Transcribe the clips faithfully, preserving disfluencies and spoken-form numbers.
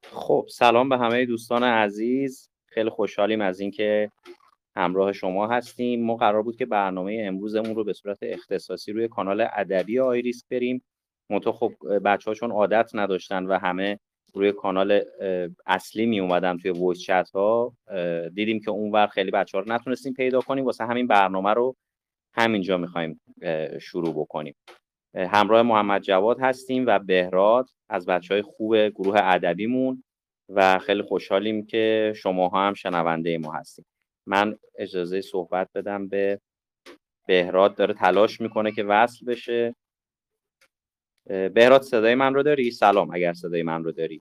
خب سلام به همه دوستان عزیز. خیلی خوشحالیم از اینکه همراه شما هستیم. ما قرار بود که برنامه امروزمون رو به صورت اختصاصی روی کانال ادبی آیریس بریم. منتها خب بچه‌ها چون عادت نداشتن و همه روی کانال اصلی می اومدن توی وایس چت ها، دیدیم که اونور خیلی بچه‌ها رو نتونستیم پیدا کنیم. واسه همین برنامه رو همینجا می‌خوایم شروع بکنیم. همراه محمد جواد هستیم و بهراد از بچهای خوب گروه ادبیمون و خیلی خوشحالیم که شماها هم شنونده ما هستیم. من اجازه صحبت بدم به بهراد، داره تلاش میکنه که وصل بشه. بهراد صدای من رو داری؟ سلام، اگر صدای من رو داری.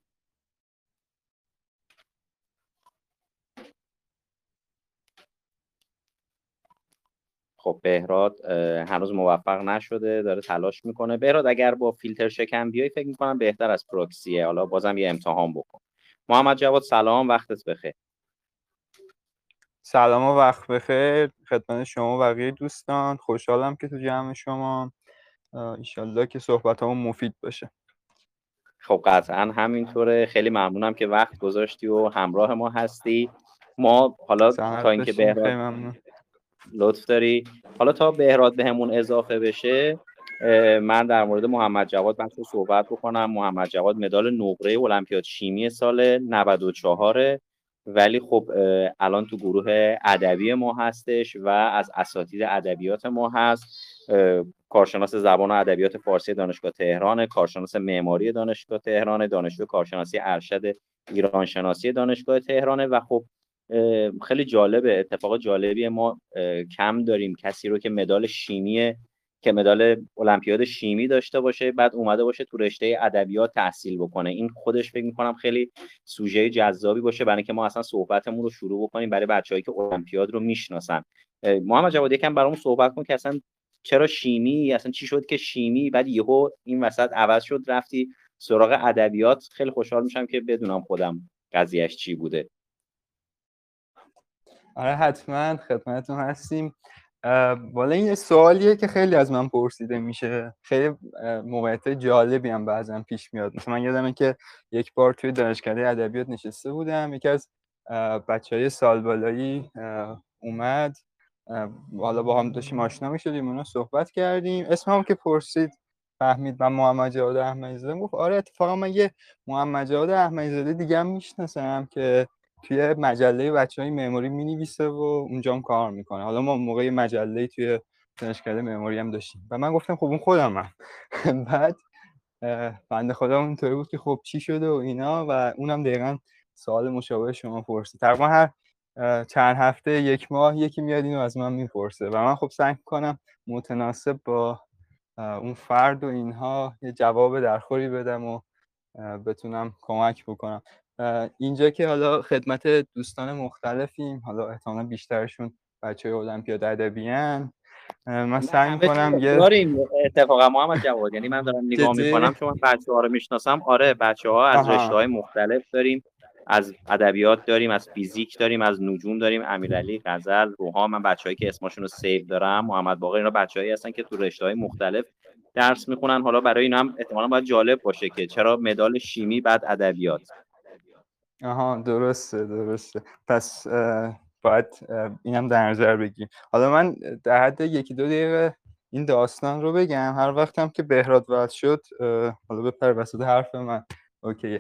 خب بهراد هنوز موفق نشده، داره تلاش میکنه. بهراد اگر با فیلتر شکن بیای فکر میکنم بهتر از پروکسیه. حالا بازم یه امتحان بکن. محمد جواد سلام، وقتت بخیر. سلام و وقت بخیر خدمت شما و بقیه دوستان. خوشحالم که تو جمع شما. انشالله که صحبتامون مفید باشه. خب قطعا همینطوره. خیلی ممنونم که وقت گذاشتی و همراه ما هستی. ما حالا تا زحمت اینکه بشین. خیلی بهراد ممنون. لطف داری، حالا تا بهراد بهمون اضافه بشه، من در مورد محمد جواد بحث صحبت بکنم. محمد جواد مدال نقره المپیاد شیمی سال نود و چهار، ولی خب الان تو گروه ادبی ما هستش و از اساتید ادبیات ما هست. کارشناس زبان و ادبیات فارسی دانشگاه تهران، کارشناس معماری دانشگاه تهران، دانشجو کارشناسی ارشد ایران شناسی دانشگاه تهران و خب خیلی جالبه، اتفاق جالبیه. ما کم داریم کسی رو که مدال شیمی که مدال المپیاد شیمی داشته باشه بعد اومده باشه تو رشته ادبیات تحصیل بکنه. این خودش فکر می‌کنم خیلی سوژه جذابی باشه برای اینکه ما اصلا صحبتمون رو شروع بکنیم برای بچه‌هایی که المپیاد رو میشناسن. محمد جواد یکم برامون صحبت کن که اصلا چرا شیمی، اصلا چی شد که شیمی بعد یهو این وسط عوض شد رفتی سراغ ادبیات؟ خیلی خوشحال میشم که بدونم خودم قضیهش چی بوده. آره حتما خدمتتون هستیم. والا این یه سوالیه که خیلی از من پرسیده میشه. خیلی موقعیت جالبی هم بعضا پیش میاد. مثلا من یادمه که یک بار توی دانشکده ادبیات نشسته بودم، یکی از بچهای سال بالایی اومد، حالا با هم داشتیم آشنا میشدیم، اونا صحبت کردیم، اسمم که پرسید فهمید من محمد جواد احمدی‌زاده. گفت آره اتفاقا من یه محمد جواد احمدی‌زاده دیگه هم میشناسم که توی مجله بچهای معماری مینویسه و اونجا هم کار میکنه. حالا ما موقع مجله توی دانشکده معماری هم داشتیم و من گفتم خب اون خودمم. بعد بنده خدا اونطوری بود که خب چی شده و اینا، و اونم دقیقاً سوال مشابه شما پرسید. تقریبا هر چند هفته یک ماه یکی میاد اینو از من میپرسه و من خب سعی میکنم متناسب با اون فرد و اینها یه جواب درخوری بدم و بتونم کمک بکنم. اینجا که حالا خدمت دوستان مختلفیم، حالا احتمالاً بیشترشون بچه‌های المپیاد ادبیان، من سعی میکنم یه داریم اتفاقا محمد جواد، یعنی من دارم نگاه جدی میکنم چون من بچه‌ها رو میشناسم. آره بچه‌ها از رشته‌های مختلف داریم، از ادبیات داریم، از فیزیک داریم، از نجوم داریم، امیرعلی، غزل، روها. من بچه‌هایی که اسمشون رو سیو دارم، محمد باقر، اینا بچه‌هایی هستن که تو رشته‌های مختلف درس میخونن. حالا برای اینا هم احتمالاً باید جالب باشه که چرا مدال شیمی بعد ادبیات. آها درسته درسته. پس باید اینم در نظر بگیم. حالا من در حد یکی دو دقیقه این داستان رو بگم، هر وقتم که بهراد وصل شد حالا بپر وسط حرف من، اوکی،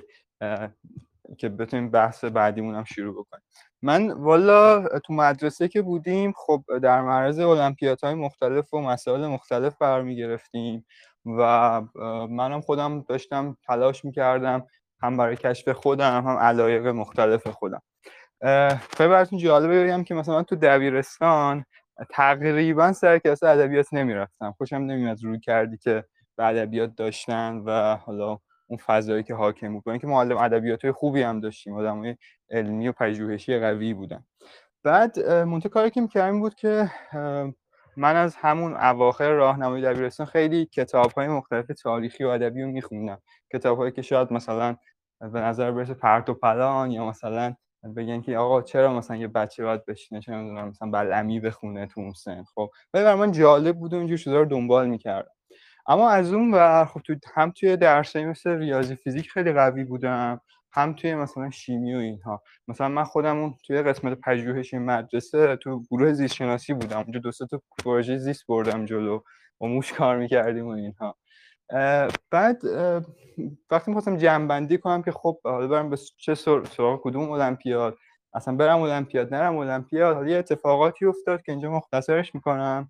که بتونیم بحث بعدیمون هم شروع بکنیم. من والا تو مدرسه که بودیم خب در معرض المپیادهای مختلف و مسائل مختلف قرار می‌گرفتیم و منم خودم داشتم تلاش می‌کردم هم برای کشف خودم هم علایق مختلف خودم. خیلی براتون جالبه بگم که مثلا تو دبیرستان تقریبا سر کلاس ادبیات نمیرفتم. خوشم نمیاد روی کردی که به ادبیات داشتن و حالا اون فضایی که حاکم بود، که معلم ادبیاتای خوبی هم داشتیم، آدمای علمی و پژوهشی قوی بودن. بعد منتها کاری که می‌کردیم بود که من از همون اواخر راهنمای دبیرستان خیلی کتاب‌های مختلف تاریخی و ادبی رو می‌خوندم. کتاب‌هایی که شاید مثلا به نظر برسه پرت و پلان، یا مثلا بگن که آقا چرا مثلا یه بچه باید بشینه چه می‌دونم مثلا بلعمی بخونه تو اون سن. خب ولی برای من جالب بود و اینجور چیزا رو دنبال می‌کردم. اما از اون ور خب تو هم توی درسایی مثل ریاضی فیزیک خیلی قوی بودم، هم توی مثلا شیمی و اینها. مثلا من خودمون توی قسمت پژوهشی مدرسه تو گروه زیست شناسی بودم، اونجا دو سه تا پروژه زیست بردم جلو، با موش کار می‌کردیم و اینها. بعد وقتی می‌خواستم جمع‌بندی کنم که خب حالا برم به چه سراغ کدوم المپیاد، اصلا برم المپیاد نرم المپیاد، حالا یه اتفاقاتی افتاد که اینجا مختصرش میکنم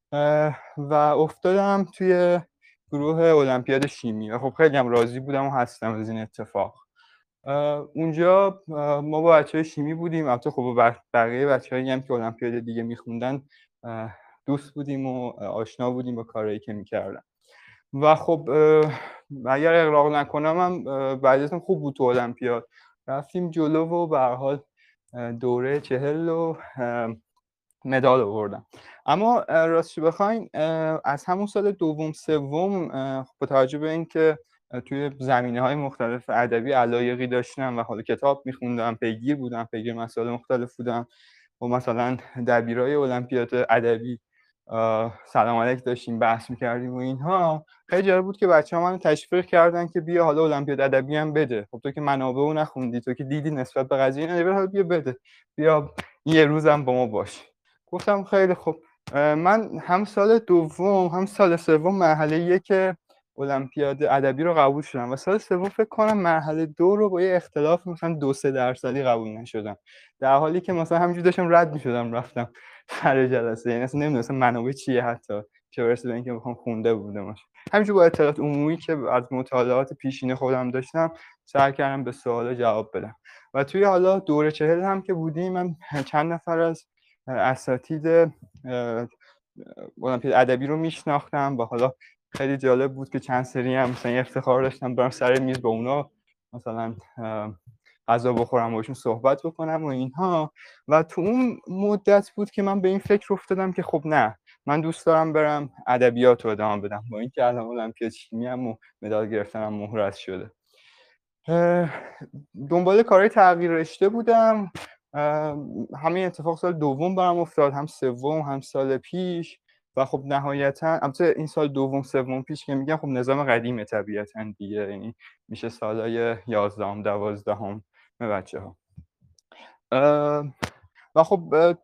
و افتادم توی گروه المپیاد شیمی و خب خیلی هم راضی بودم و هستم از این اتفاق. اونجا ما با بچه‌های شیمی بودیم، البته خب با بقیه بچه‌هایی هم که المپیاد دیگه میخوندن دوست بودیم و آشنا بودیم با کارهایی که میکردن و خب اگر اغراق نکنم هم بعضیتون خوب بود تو المپیاد، رفتیم جلو و به هر حال دوره چهل و مدال آوردم. اما راستش بخواین از همون سال دوم سوم با توجه به اینکه توی زمینه‌های مختلف ادبی علایقی داشتم و حالا کتاب می‌خوندم، پیگیر بودم، پیگیر مسائل مختلف بودم و مثلا دبیرای المپیاد ادبی سلام علیک داشتیم بحث می‌کردیم و اینها، خیلی جالب بود که بچه‌ها منو تشویق کردن که بیا حالا المپیاد ادبی هم بده. خب تو که منابعو نخوندی، تو که دیدی نسبت به قضیه نداری، حالا بیا بده، بیا یه روزم با ما باش. گفتم خیلی خوب. من هم سال دوم هم سال سوم مرحله یک المپیاد ادبی رو قبول شدم و سال سوم فکر کنم مرحله دو رو با یه اختلاف مثلا دو سه درصدی قبول نشدم، در حالی که مثلا همینجوری داشتم رد می‌شدم رفتم سر جلسه، یعنی اصلا نمی‌دونستم منابع چیه، حتی چه برسه به اینکه بخوام خونده بودمش. همینجوری با اطلاعات عمومی که از مطالعات پیشین خودم داشتم سعی کردم به سوالا جواب بدم. و توی حالا دوره چهل هم که بودیم، من چند نفر از اساتید المپیاد ادبی رو میشناختم و حالا خیلی جالب بود که چند سری هم مثلا افتخار داشتم برم سر میز با اونا مثلا غذا بخورم و باشون صحبت بکنم و اینها. و تو اون مدت بود که من به این فکر افتادم که خب نه، من دوست دارم برم ادبیات رو ادامه بدم، با اینکه الان المپیاد شیمی هم و مدال گرفتنم مهرس شده. دنبال کارهای تغییر رشته بودم. همین اتفاق سال دوم برام افتاد، هم سوم هم سال پیش. و خب نهایتا البته این سال دوم سوم پیش که میگم خب نظام قدیمه طبیعتا دیگه، یعنی میشه سالای یازدهم دوازدهم بچه‌ها. و خب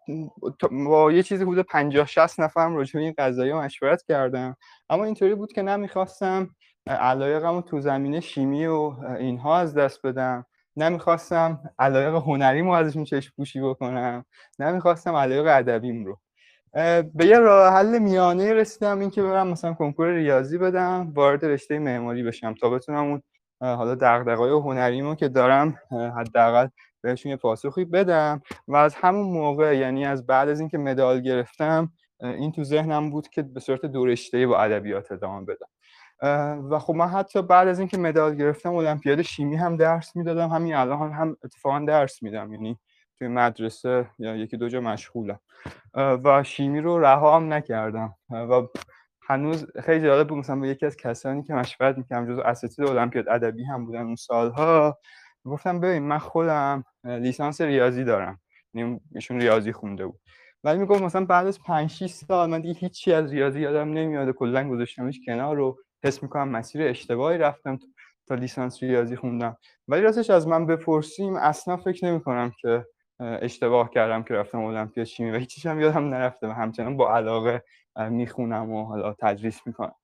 با یه چیزی حدود پنجاه شصت نفرم راجع به این قضايا مشورت کردم، اما اینطوری بود که نمیخواستم علایقمو تو زمینه شیمی و اینها از دست بدم، نمیخواستم علایق هنریمو ازشون چشم پوشی بکنم، نمیخواستم علایق ادبیم رو. به یه راه حل میانه رسیدم، این که برم مثلا کنکور ریاضی بدم، وارد رشته معماری بشم تا بتونم اون حالا دغدغه‌های هنریمو که دارم حداقل بهشون یه پاسخی بدم. و از همون موقع، یعنی از بعد از اینکه مدال گرفتم، این تو ذهنم بود که به صورت دو رشته‌ای با ادبیات ادامه بدم. و خب من حتی بعد از اینکه مدال گرفتم المپیاد شیمی هم درس میدادم، همین الان هم اتفاقا درس میدم، یعنی توی مدرسه یا یکی دو جا مشغولم و شیمی رو رها هم نکردم. و هنوز خیلی جالب بود، مثلا با یکی از کسانی که مشورت می‌کردم جزو اساتید المپیاد ادبی هم بودن اون سالها، گفتم ببین من خودم لیسانس ریاضی دارم، یعنی ایشون ریاضی خونده بود، ولی میگم مثلا بعد از پنج شش سال من دیگه هیچی از ریاضی یادم نمیاد، کلا گذاشتمش کنار رو حس می‌کنم مسیر اشتباهی رفتم تا لیسانس ریاضی خوندم. ولی راستش از من بپرسیم اصلا فکر نمی‌کنم که اشتباه کردم که رفتم المپیاد شیمی و هیچیش هم یادم نرفته و همچنان با علاقه میخونم و حالا تدریس میکنم.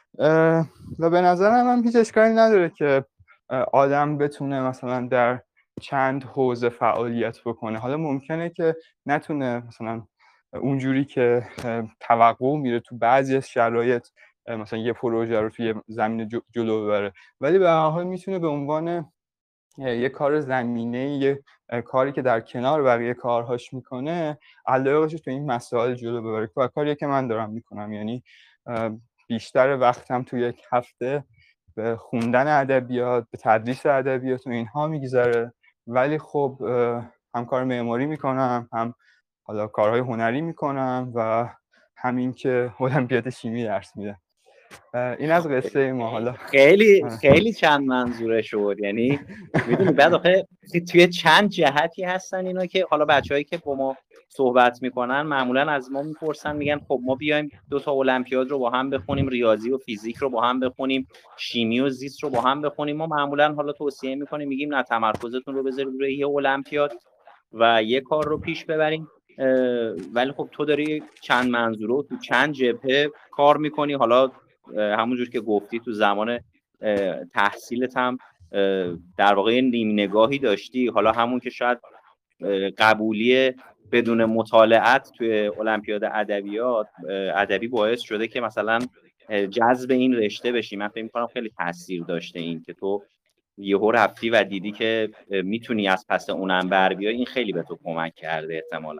و به نظرم هم هیچ اشکالی نداره که آدم بتونه مثلا در چند حوزه فعالیت بکنه. حالا ممکنه که نتونه مثلا اونجوری که توقع میره تو بعضی از شرایط مثلا یه پروژه رو توی زمین جلو ببره، ولی به هر حال میتونه به عنوان یه کار زمینه، یه کاری که در کنار بقیه کارهاش میکنه، علاقه‌اش تو این مسائل جلو ببره. و کاریه که من دارم میکنم، یعنی بیشتر وقتم تو یک هفته به خوندن ادبیات، به تدریس ادبیات و اینها میگذره، ولی خب هم کار معماری میکنم، هم حالا کارهای هنری میکنم و همین که المپیاد شیمی درس میدم. این از قصه ما. حالا خیلی خیلی چند منظوره شد، یعنی میدونی بعد آخه توی چند جهتی هستن اینا که حالا بچه‌هایی که با ما صحبت میکنن معمولا از ما میپرسن، میگن خب ما بیایم دو تا المپیاد رو با هم بخونیم، ریاضی و فیزیک رو با هم بخونیم، شیمی و زیست رو با هم بخونیم. ما معمولا حالا توصیه میکنیم، میگیم نه، تمرکزتون رو بذارید روی یه المپیاد و یه کار رو پیش ببرین. ولی خب تو داری چند منظوره و تو چند جبهه کار میکنی. حالا همونجور که گفتی تو زمان تحصیلت هم در واقع نیم نگاهی داشتی، حالا همون که شاید قبولی بدون مطالعات توی المپیاد ادبیات ادبی باعث شده که مثلا جذب این رشته بشی. من فکر می‌کنم خیلی تاثیر داشته این که تو یهو رفتی و دیدی که میتونی از پس اونم بر بیای. این خیلی به تو کمک کرده احتمالاً.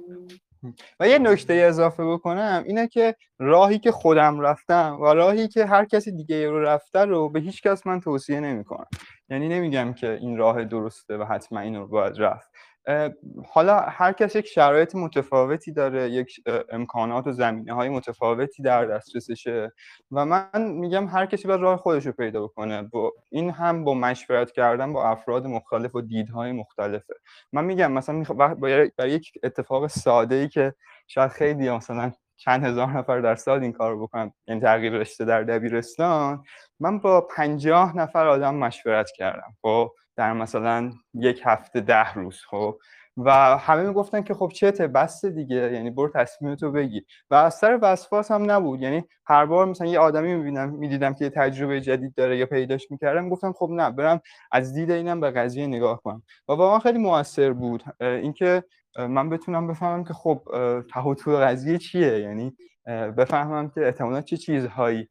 و یه نکته اضافه بکنم اینه که راهی که خودم رفتم و راهی که هر کسی دیگه رو رفته رو به هیچ کس من توصیه نمی‌کنم. یعنی نمیگم که این راه درسته و حتما اینو باید رفت. حالا هر کس یک شرایط متفاوتی داره، یک امکانات و زمینه‌های متفاوتی در دسترسشه و من میگم هر کسی باید راه خودش رو پیدا بکنه. با این هم با مشورت کردن با افراد مختلف و دیدهای مختلفه. من میگم مثلا برای یک اتفاق ساده‌ای که شاید خیلی مثلا چند هزار نفر در سال این کارو بکنن، یعنی تغییر رشته در دبیرستان، من با پنجاه نفر آدم مشورت کردم خب در مثلا یک هفته ده روز خب و همه میگفتن که خب چته بس دیگه، یعنی برو تصمیمتو بگیر. و از سر وسواس هم نبود، یعنی هر بار مثلا یه آدمی میبینم میدیدم که یه تجربه جدید داره یا پیداش میکردم، گفتم خب نه، برم از دید اینم به قضیه نگاه کنم و واقعا خیلی موثر بود اینکه من بتونم بفهمم که خب ته و تو قضیه چیه، یعنی بفهمم که احتمالاً چه چیزهایی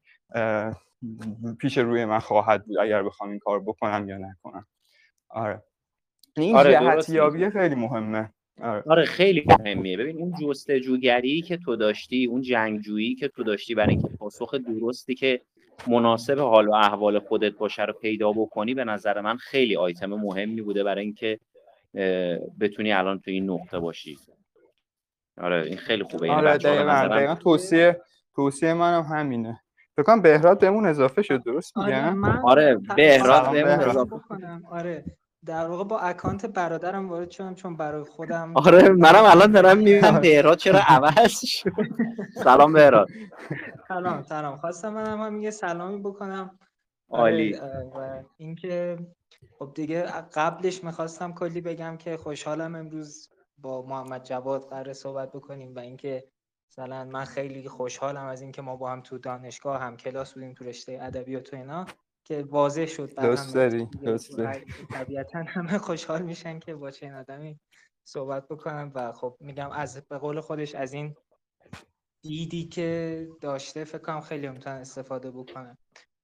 پیش روی من خواهد بود اگر بخوام این کار بکنم یا نکنم. آره این آره جهتیابی خیلی مهمه. آره. آره خیلی مهمیه. ببین اون جستجوگری که تو داشتی، اون جنگجویی که تو داشتی برای اینکه پاسخ درستی که مناسب حال و احوال خودت باشه رو پیدا بکنی، به نظر من خیلی آیتم مهمی بوده برای اینکه بتونی الان تو این نقطه باشی. آره این خیلی خوبه. یعنی آره بچه‌ها به نظرم دقیقاً توصیه توصیه منم همینه. فکر کنم بهراد بهمون اضافه شد، درست میگم؟ آره من آره بهراد بهمون اضافه کنم. آره در واقع با اکانت برادرم وارد شدم چون برای خودم آره منم الان دارم میبینم بهراد چرا عوض شد. سلام بهراد. سلام سلام خواستم منم هم یه سلامی بکنم. عالی. آره و اینکه خب دیگه قبلش میخواستم کلی بگم که خوشحالم امروز با محمد جواد قراره صحبت بکنیم و اینکه مثلا من خیلی خوشحالم از اینکه ما با هم تو دانشگاه هم کلاس بودیم تو رشته ادبیات و اینا که واضح شد برام. طبیعتاً همه خوشحال میشن که با چه آدمی صحبت بکنم و خب میگم از به قول خودش از این دیدی که داشته فکر کنم خیلی میتونن استفاده بکنم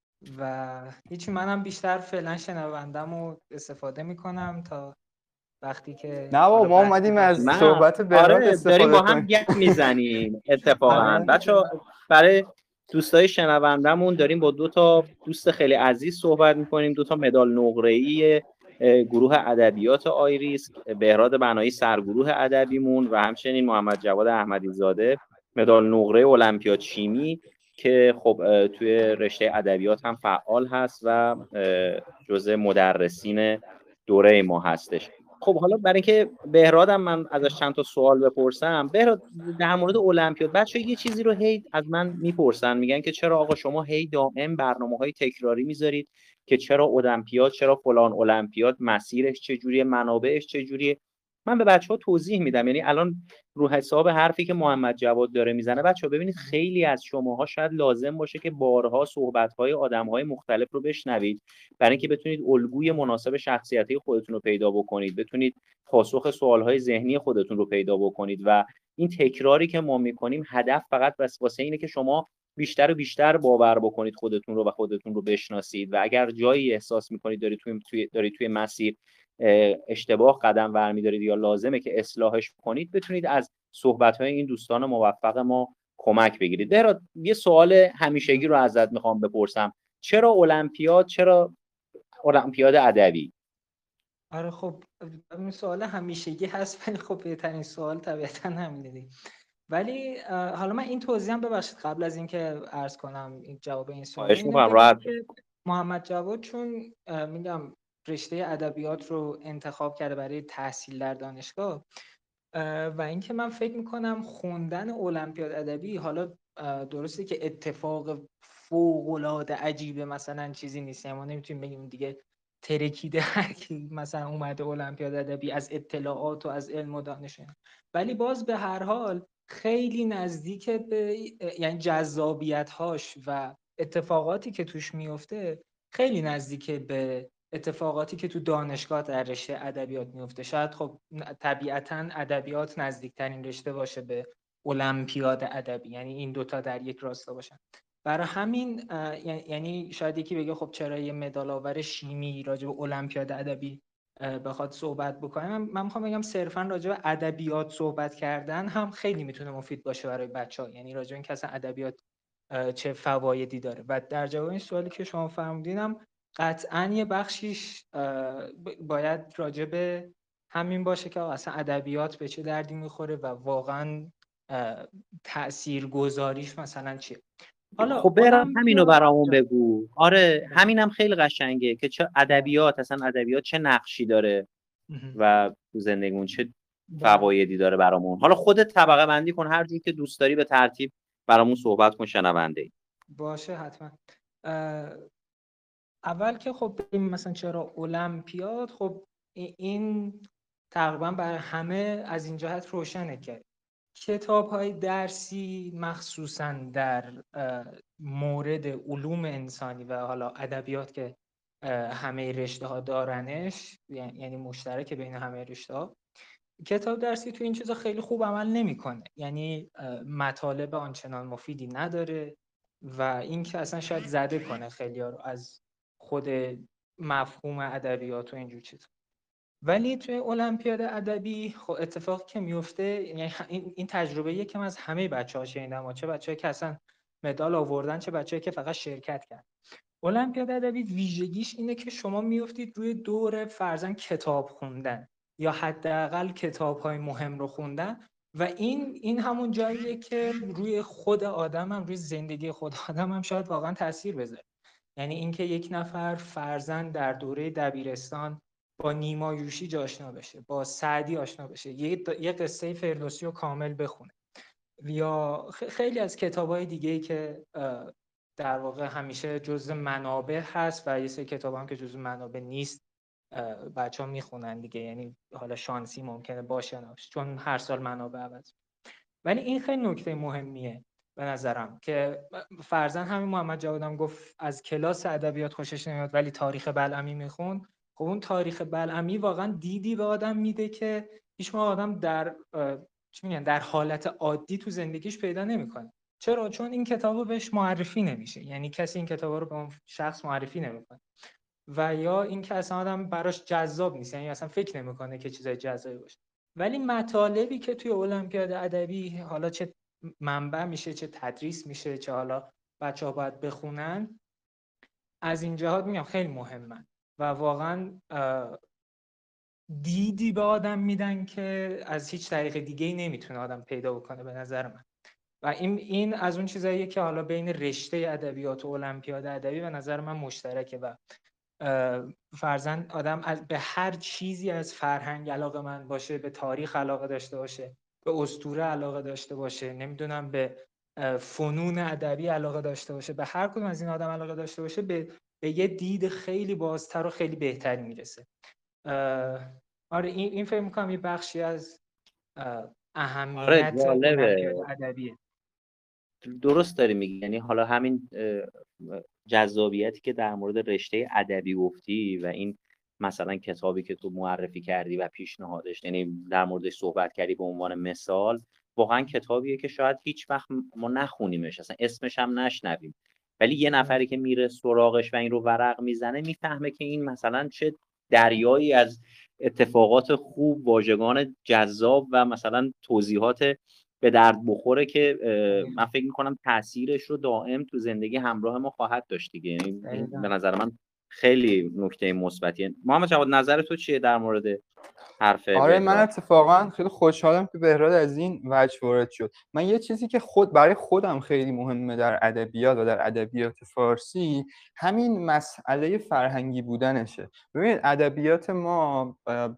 و هیچی منم بیشتر فعلا شنوندمو استفاده میکنم تا وقتی که نه با ما اومدیم از صحبت بهراد آره استفاده داریم با کنیم. هم گپ میزنیم. اتفاقا بچه‌ها برای دوستای شنوندمون داریم با دو تا دوست خیلی عزیز صحبت میکنیم، دو تا مدال نقره‌ای گروه ادبیات آیریس، بهراد بنایی سرگروه ادبیمون و همچنین محمد جواد احمدی زاده مدال نقره المپیاد شیمی که خب توی رشته ادبیات هم فعال هست و جزء مدرسین دوره ما هستش. خب حالا برای اینکه بهرادم من ازش چند تا سوال بپرسم، بهراد در مورد المپیاد بچه‌ها یه چیزی رو هی از من میپرسن، میگن که چرا آقا شما هی دائم برنامه‌های تکراری میذارید که چرا المپیاد، چرا فلان المپیاد، مسیرش چجوریه، منابعش چجوریه. من به بچه‌ها توضیح میدم. یعنی الان رو حساب حرفی که محمد جواد داره میزنه بچه‌ها ببینید خیلی از شماها شاید لازم باشه که بارها صحبت‌های آدم‌های مختلف رو بشنوید برای اینکه بتونید الگوی مناسب شخصیتی خودتون رو پیدا بکنید، بتونید پاسخ سوال‌های ذهنی خودتون رو پیدا بکنید و این تکراری که ما می‌کنیم هدف فقط واسه اینه که شما بیشتر و بیشتر باور بکنید خودتون رو و خودتون رو بشناسید و اگر جایی احساس می‌کنید دارید توی توی دارید توی مسیر اشتباه قدم برمی‌دارید یا لازمه که اصلاحش کنید، بتونید از صحبت‌های این دوستان موفق ما کمک بگیرید. بهراد یه سوال همیشگی رو ازت می‌خوام بپرسم، چرا المپیاد، چرا المپیاد ادبی؟ آره خب این سوال همیشگی هست ولی خب بهترین سوال طبیعتاً همینه دیگه. ولی حالا من این توضیحم ببخشید قبل از اینکه عرض کنم این جواب این سوال خواهش اینو می‌کنم بگم راحت. که محمد جواد چون میگم رشته ادبیات رو انتخاب کرده برای تحصیل در دانشگاه و اینکه من فکر میکنم خوندن المپیاد ادبی حالا درسته که اتفاق فوق‌العاده عجیبه مثلا چیزی نیست، ما نمیتونیم بگیم دیگه ترکیده هر کی مثلا اومده المپیاد ادبی از اطلاعات و از علم و دانش، ولی باز به هر حال خیلی نزدیک به یعنی جذابیت هاش و اتفاقاتی که توش میفته خیلی نزدیک به اتفاقاتی که تو دانشگاه در رشته ادبیات میفته. شاید خب طبیعتاً ادبیات نزدیکترین رشته باشه به المپیاد ادبی، یعنی این دوتا در یک راستا باشن. برای همین یعنی شاید یکی بگه خب چرا یه مدال آور شیمی راجع به المپیاد ادبی بخواد صحبت بکنه. من میخوام بگم صرفاً راجع به ادبیات صحبت کردن هم خیلی میتونه مفید باشه برای بچه‌ها، یعنی راجع به اینکه اصلا ادبیات چه فوایدی داره. و در جواب این سوالی که شما فرمودینم قطعاً یه بخشیش باید راجع به همین باشه که اصلا ادبیات به چه دردی میخوره و واقعاً تاثیرگذاریش مثلا چیه. حالا خب برام همینو برامون بگو. آره بله. همینم خیلی قشنگه که چه ادبیات اصلا ادبیات چه نقشی داره و تو زندگیمون چه فوایدی داره برامون. حالا خودت طبقه بندی کن هر جور که دوست داری، به ترتیب برامون صحبت کن شنونده. باشه حتما. اول که خب مثلا چرا المپیاد، خب این تقریبا برای همه از این جهت روشنه که کتاب‌های درسی مخصوصاً در مورد علوم انسانی و حالا ادبیات که همه رشته‌ها دارنش، یعنی مشترک بین همه رشته‌ها، کتاب درسی تو این چیزا خیلی خوب عمل نمی‌کنه، یعنی مطالب آنچنان مفیدی نداره و این که اصلا شاید زده کنه خیلی‌ها رو از خود مفهوم ادبیات و اینجور چیزا. ولی توی المپیاد ادبی خب اتفاقی که میفته، یعنی این این تجربه یکم از همه بچه‌ها شنیدم، چه بچه‌ای که اصلا مدال آوردن چه بچه‌ای که فقط شرکت کردن. المپیاد ادبی ویژگیش اینه که شما میافتید روی دور فرضاً کتاب خوندن یا حداقل کتاب‌های مهم رو خوندن و این این همون جاییه که روی خود آدم هم روی زندگی خود آدم هم شاید واقعا تاثیر بذاره. یعنی اینکه یک نفر فرضاً در دوره دبیرستان با نیما یوشیج آشنا بشه، با سعدی آشنا بشه، یه یه قصه فردوسی رو کامل بخونه، یا خیلی از کتاب‌های دیگه‌ای که در واقع همیشه جزء منابع هست و یه سری کتاب هم که جزء منابع نیست بچه‌ها میخونن دیگه، یعنی حالا شانسی ممکنه باشه نباشه چون هر سال منابع عوض. ولی این خیلی نکته مهمیه به نظرم که فرضاً همین محمد جوادم گفت از کلاس ادبیات خوشش نمیاد ولی تاریخ بلعمی میخوند. خب اون تاریخ بلعمی واقعا دیدی به آدم میده که هیچ موقع آدم در چی میگن در حالت عادی تو زندگیش پیدا نمیکنه. چرا؟ چون این کتابو بهش معرفی نمیشه، یعنی کسی این کتابا رو به اون شخص معرفی نمیکنه و یا اینکه اصلا آدم براش جذاب نیست، یعنی اصلا فکر نمیکنه که چیزای جذابی باشه. ولی مطالبی که توی المپیاد ادبی حالا چه منبع میشه چه تدریس میشه چه حالا بچه‌ها باید بخونن، از این جهات میگم خیلی مهمن و واقعا دیدی به آدم میدن که از هیچ طریق دیگه‌ای نمیتونه آدم پیدا بکنه به نظر من. و این این از اون چیزاییه که حالا بین رشته ادبیات و المپیاد ادبی به نظر من مشترکه و فرضاً آدم از به هر چیزی از فرهنگ علاقه من باشه، به تاریخ علاقه داشته باشه، به اسطوره علاقه داشته باشه، نمیدونم به فنون ادبی علاقه داشته باشه، به هر کدوم از این آدم علاقه داشته باشه، به به یه دید خیلی بازتر و خیلی بهتری میرسه. آره این این فکر می‌کنم یه بخشی از اهمیت المپیاد ادبیه. درست داری میگی، یعنی حالا همین جذابیتی که در مورد رشته ادبی گفتی و این مثلا کتابی که تو معرفی کردی و پیشنهادش، یعنی در موردش صحبت کردی به عنوان مثال، واقعا کتابیه که شاید هیچ وقت ما نخونیمش، اصلا اسمش هم نشنویم، ولی یه نفری که میره سراغش و این رو ورق میزنه میفهمه که این مثلا چه دریایی از اتفاقات خوب، واژگان جذاب و مثلا توضیحات به درد بخوره که من فکر میکنم تاثیرش رو دائم تو زندگی همراه ما خواهد داشت دیگه. یعنی به نظر من خیلی نکته مثبتیه. محمد جواد نظر تو چیه در مورد حرف آره من بهراد. اتفاقا خیلی خوشحالم که بهراد از این وجه وارد شد. من یه چیزی که خود برای خودم خیلی مهمه در ادبیات و در ادبیات فارسی، همین مسئله فرهنگی بودنشه. ببینید ادبیات ما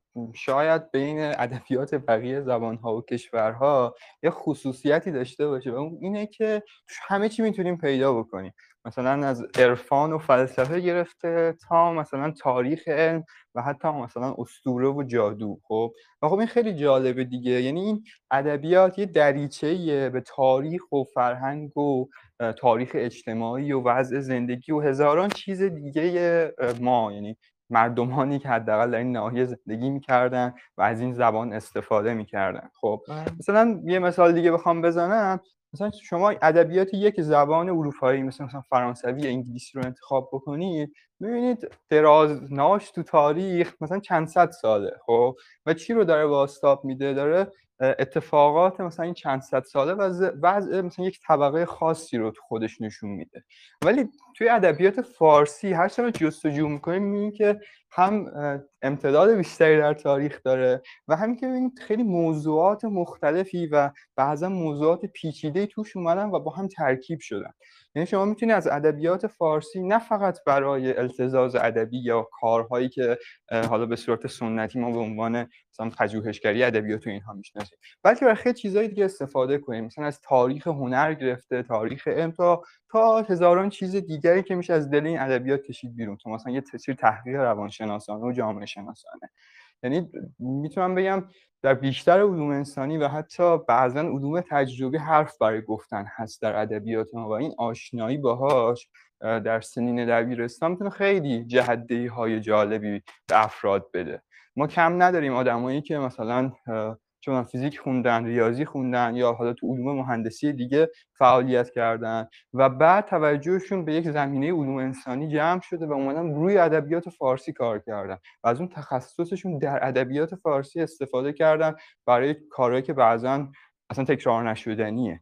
شاید بین ادبیات بقیه زبان‌ها و کشورها یه خصوصیتی داشته باشه و اون اینه که همه چی میتونیم پیدا بکنیم، مثلا از عرفان و فلسفه گرفته تا مثلا تاریخ علم و حتی مثلا اسطوره و جادو. خب و خب این خیلی جالبه دیگه، یعنی این ادبیات یه دریچه‌ایه به تاریخ و فرهنگ و تاریخ اجتماعی و وضع زندگی و هزاران چیز دیگه ما، یعنی مردمانی که حداقل در این ناحیه زندگی می‌کردن و از این زبان استفاده می‌کردن. خب مثلا یه مثال دیگه بخوام بزنم، مثلا شما ادبیات یک زبان اروپایی مثلا مثلا فرانسوی یا انگلیسی رو انتخاب بکنید، می‌بینید درازناش تو تاریخ مثلا چند صد ساله. خب و چی رو داره بازتاب میده؟ داره اتفاقات مثلا این چند صد ساله و وضع مثلا یک طبقه خاصی رو تو خودش نشون میده. ولی توی ادبیات فارسی هر چقدر جستجو می‌کنیم می‌بینیم که هم امتداد بیشتری در تاریخ داره و همین که ببینید خیلی موضوعات مختلفی و بعضا موضوعات پیچیده‌ای توش اومدن و با هم ترکیب شدن. یعنی شما میتونید از ادبیات فارسی نه فقط برای التزاز ادبی یا کارهایی که حالا به صورت سنتی ما به عنوان مثلا پژوهشگری ادبیات و اینها میشناسیم، بلکه برای خیلی چیزای دیگه استفاده کنیم، مثلا از تاریخ هنر گرفته تاریخ علم تا تا هزاران چیز دیگری که میشه از دل این ادبیات کشید بیرون، تا مثلا یه تفسیر تحقیق روانشناسانه و جامعه شناسانه. یعنی میتونم بگم در بیشتر علوم انسانی و حتی بعضا علوم تجربی حرف برای گفتن هست در ادبیات ما و این آشنایی باهاش در سنین دبیرستان میتونه خیلی جهت‌دهی های جالبی به افراد بده. ما کم نداریم آدمایی که مثلا چون فیزیک خوندن، ریاضی خوندن یا حالا تو علوم مهندسی دیگه فعالیت کردن و بعد توجهشون به یک زمینه علوم انسانی جمع شده و اومدن روی ادبیات فارسی کار کردن و از اون تخصصشون در ادبیات فارسی استفاده کردن برای کارهایی که بعضن اصلا تکرار نشدنیه.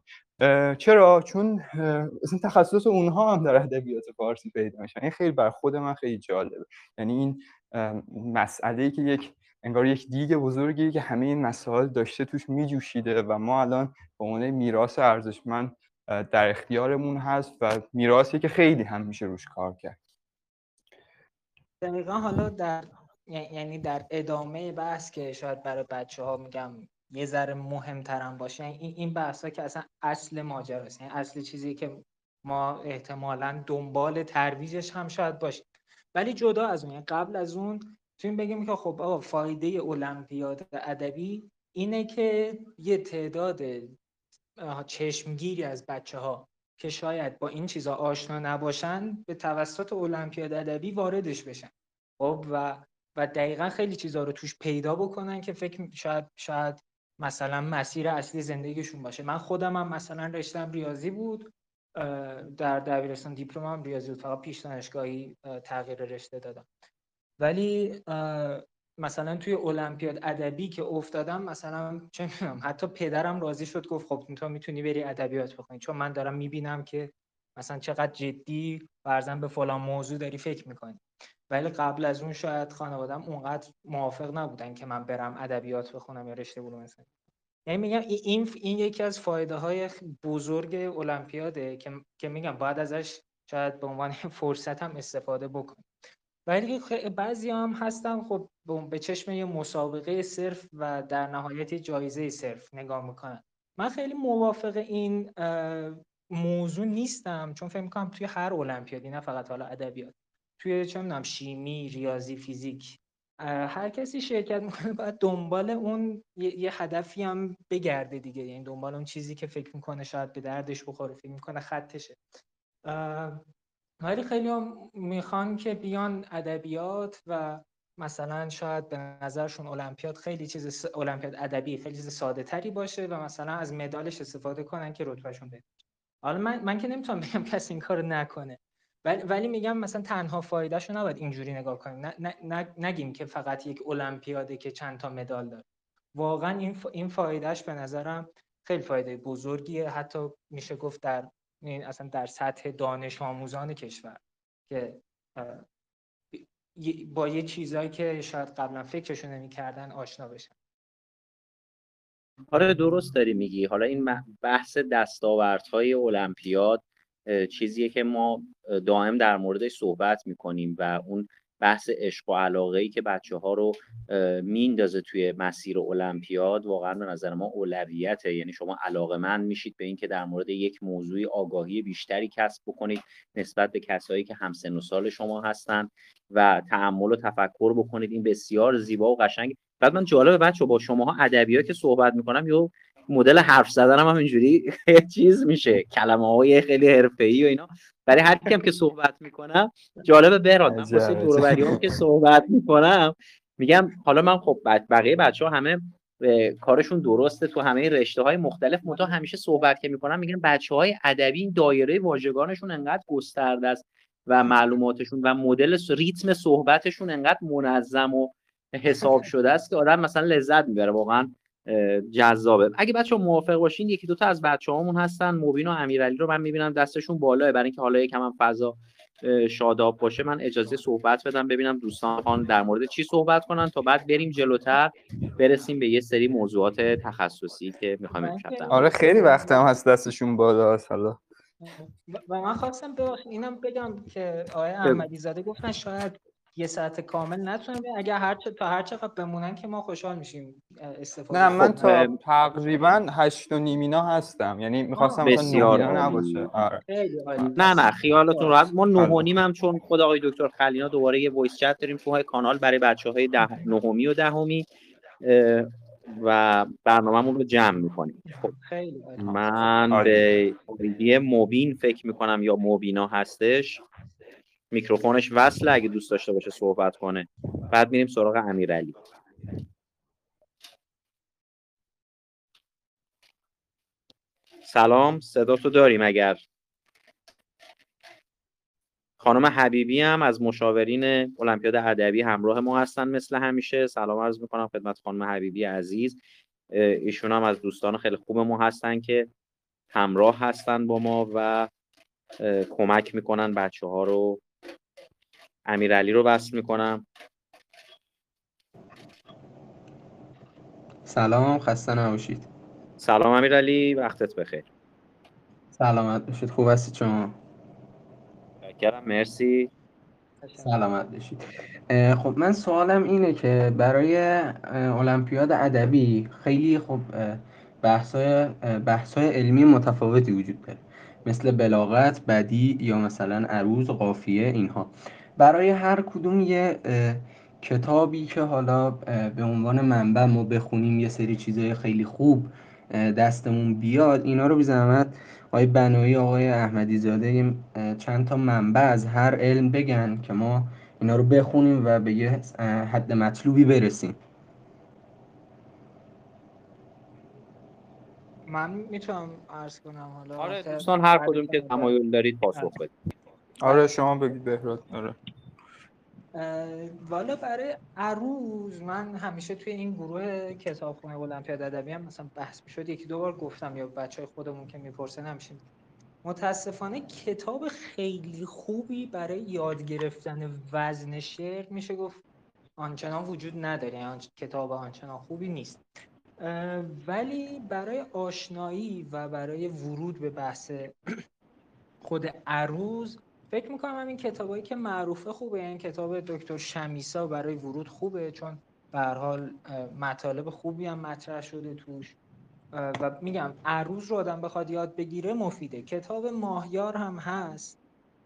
چرا؟ چون اصلا تخصص اونها هم در ادبیات فارسی پیدا میشه. این خیلی بر خود من خیلی جالبه، یعنی این مسئله‌ای که یک انگار یک دیگ بزرگی که همه این مسائل داشته توش میجوشیده و ما الان به عنوان میراث ارزشمند در اختیارمون هست و میراثی که خیلی هم میشه روش کار کرد. دقیقا حالا در یعنی در ادامه بحث که شاید برای بچه‌ها میگم یه ذره مهم‌ترم باشه، این این بحثا که اصلا اصل ماجراست، یعنی اصل چیزی که ما احتمالاً دنبال ترویجش هم شاید باشیم. ولی جدا از اون، یعنی قبل از اون میتونیم بگیم که خب آقا فایده المپیاد ادبی اینه که یه تعداد چشمگیری از بچه‌ها که شاید با این چیزا آشنا نباشن به توسط المپیاد ادبی واردش بشن. خب و و دقیقاً خیلی چیزا رو توش پیدا بکنن که فکر شاید شاید مثلا مسیر اصلی زندگیشون باشه. من خودم هم مثلا رشتم ریاضی بود، در دبیرستان دیپلمم ریاضی بود، فقط پیش دانشگاهی تغییر رشته دادم. ولی مثلا توی المپیاد ادبی که افتادم، مثلا چه می‌دونم حتی پدرم راضی شد، گفت خب تو میتونی بری ادبیات بخونی، چون من دارم میبینم که مثلا چقدر جدی فرضاً به فلان موضوع داری فکر میکنی. ولی قبل از اون شاید خانواده‌ام اونقدر موافق نبودن که من برم ادبیات بخونم یا رشته علوم انسانی. یعنی میگم این این یکی از فایده‌های بزرگ المپیاده که که میگم باید ازش شاید به عنوان فرصت هم استفاده بکنیم. ولی بعضی هم هستن خب به چشم یه مسابقه صرف و در نهایت جایزه صرف نگاه میکنن. من خیلی موافق این موضوع نیستم، چون فکر میکنم توی هر المپیادی، نه فقط حالا ادبیات، توی چه میدونم شیمی، ریاضی، فیزیک، هر کسی شرکت میکنه باید دنبال اون یه هدفی هم بگرده دیگه، یعنی دنبال اون چیزی که فکر میکنه شاید به دردش بخوره، فکر میکنه خطشه. ولی خیلی هم میخوان که بیان ادبیات و مثلا شاید به نظرشون المپیاد خیلی چیز س... المپیاد ادبی خیلی چیز ساده تری باشه و مثلا از مدالش استفاده کنن که رتبهشون بده. حالا من من که نمیتونم بگم کسی این کارو نکنه، ولی ولی میگم مثلا تنها فایدهشو نباید اینجوری نگاه کنیم. نه, نه, نه نگیم که فقط یک المپیاده که چند تا مدال داره. واقعا این ف... این فایدهش به نظرم خیلی فایده بزرگیه، حتی میشه گفت در این اصلا در سطح دانش آموزان کشور که با یه چیزایی که شاید قبلا فکرشون نمی‌کردن آشنا بشن. آره درست داری میگی. حالا این بحث دستاوردهای المپیاد چیزیه که ما دائم در موردش صحبت میکنیم و اون بحث عشق و علاقه‌ای که بچه‌ها رو میندازه توی مسیر المپیاد واقعا به نظر ما اولویته. یعنی شما علاقه‌مند میشید به این که در مورد یک موضوعی آگاهی بیشتری کسب بکنید نسبت به کسایی که همسن و سال شما هستن و تأمل و تفکر بکنید. این بسیار زیبا و قشنگ. بعد من جالبه بچه با شماها ادبیات که صحبت میکنم یه مدل حرف زدنم هم اینجوری چیز میشه، کلمه‌های خیلی حرفه‌ای و اینا. برای هر کیم که صحبت میکنم جالبه بهراد، من واسه دور و بریام که صحبت میکنم میگم حالا من خب بقیه بچه‌ها همه کارشون درسته تو همه رشته‌های مختلف، منتها همیشه صحبت که میکنم میگم بچه‌های ادبی این دایره واژگانشون انقدر گسترده است و معلوماتشون و مدل ریتم صحبتشون انقدر منظم و حساب شده است که آدم مثلا لذت میبره، واقعا جذابه. اگه بچه‌ها موافق باشین یکی دو تا از بچه‌هامون هستن، مبین و امیرعلی رو من میبینم دستشون بالاه، برای اینکه حالا یکم هم فضا شاداب باشه من اجازه صحبت بدم ببینم دوستان خان در مورد چی صحبت کنن تا بعد بریم جلوتر برسیم به یه سری موضوعات تخصصی که می‌خوایم امشب در آره خیلی وقت هم هست دستشون بالا هست. حالا و من خواستم ببخشید اینم بگم که آقای احمدی زاده گفتن شاید یه ساعت کامل نتونیم، اگر هر چه تا هر چقدر بمونن که ما خوشحال میشیم استفاده. نه من تا تقریبا هشت و نیم اینا هستم، یعنی میخواستم مثلا نه اینا نباشه. آره نه نه خیالتون راحت. ما نه و نیم هم چون خود آقای دکتر خلینا دوباره یه وایس چت داریم تو کانال برای بچه‌های ده نهمی و دهمی و برنامه‌مون رو جمع می‌کنیم. خب من به آیدی مبین فکر می‌کنم یا مبینا هستش، میکروفونش وصله اگه دوست داشته باشه صحبت کنه، بعد میریم سراغ امیرعلی. سلام صدا تو داریم؟ اگر خانم حبیبی هم از مشاورین المپیاد ادبی همراه ما هستن مثل همیشه. سلام عرض میکنم خدمت خانم حبیبی عزیز. ایشون هم از دوستان خیلی خوب ما هستن که همراه هستن با ما و کمک میکنن بچه ها رو. امیرعلی رو وصل میکنم. سلام خسته نباشید. سلام امیرعلی وقتت بخیر. سلامت باشید. خوب هستید شما؟ شکرم مرسی. سلامت باشید. خب من سوالم اینه که برای المپیاد ادبی خیلی خب بحث‌های بحث‌های علمی متفاوتی وجود داره، مثل بلاغت، بدیع یا مثلا عروض، قافیه. اینها برای هر کدوم یه کتابی که حالا به عنوان منبع ما بخونیم یه سری چیزای خیلی خوب دستمون بیاد، اینا رو بی زحمت آقای بنایی آقای احمدی زاده چند تا منبع از هر علم بگن که ما اینا رو بخونیم و به یه حد مطلوبی برسیم. من میتونم عرض کنم حالا؟ آره دوستان هر کدوم که تمایل دارید پاسخ بدید. آره شما بگید بهراد. آره والا برای عروض من همیشه توی این گروه کتابخونه المپیاد ادبی هم مثلا بحث می‌شد، یکی دو بار گفتم یا بچهای خودمون که میپرسن همیشه. متاسفانه کتاب خیلی خوبی برای یاد گرفتن وزن شعر میشه گفت آنچنان وجود نداره، یعنی کتاب آنچنان خوبی نیست، ولی برای آشنایی و برای ورود به بحث خود عروض فکر میکنم همین کتابایی که معروفه خوبه. این کتاب دکتر شمیسا برای ورود خوبه چون به هر حال مطالب خوبی هم مطرح شده توش و میگم عروض رو آدم بخواد یاد بگیره مفیده. کتاب ماهیار هم هست،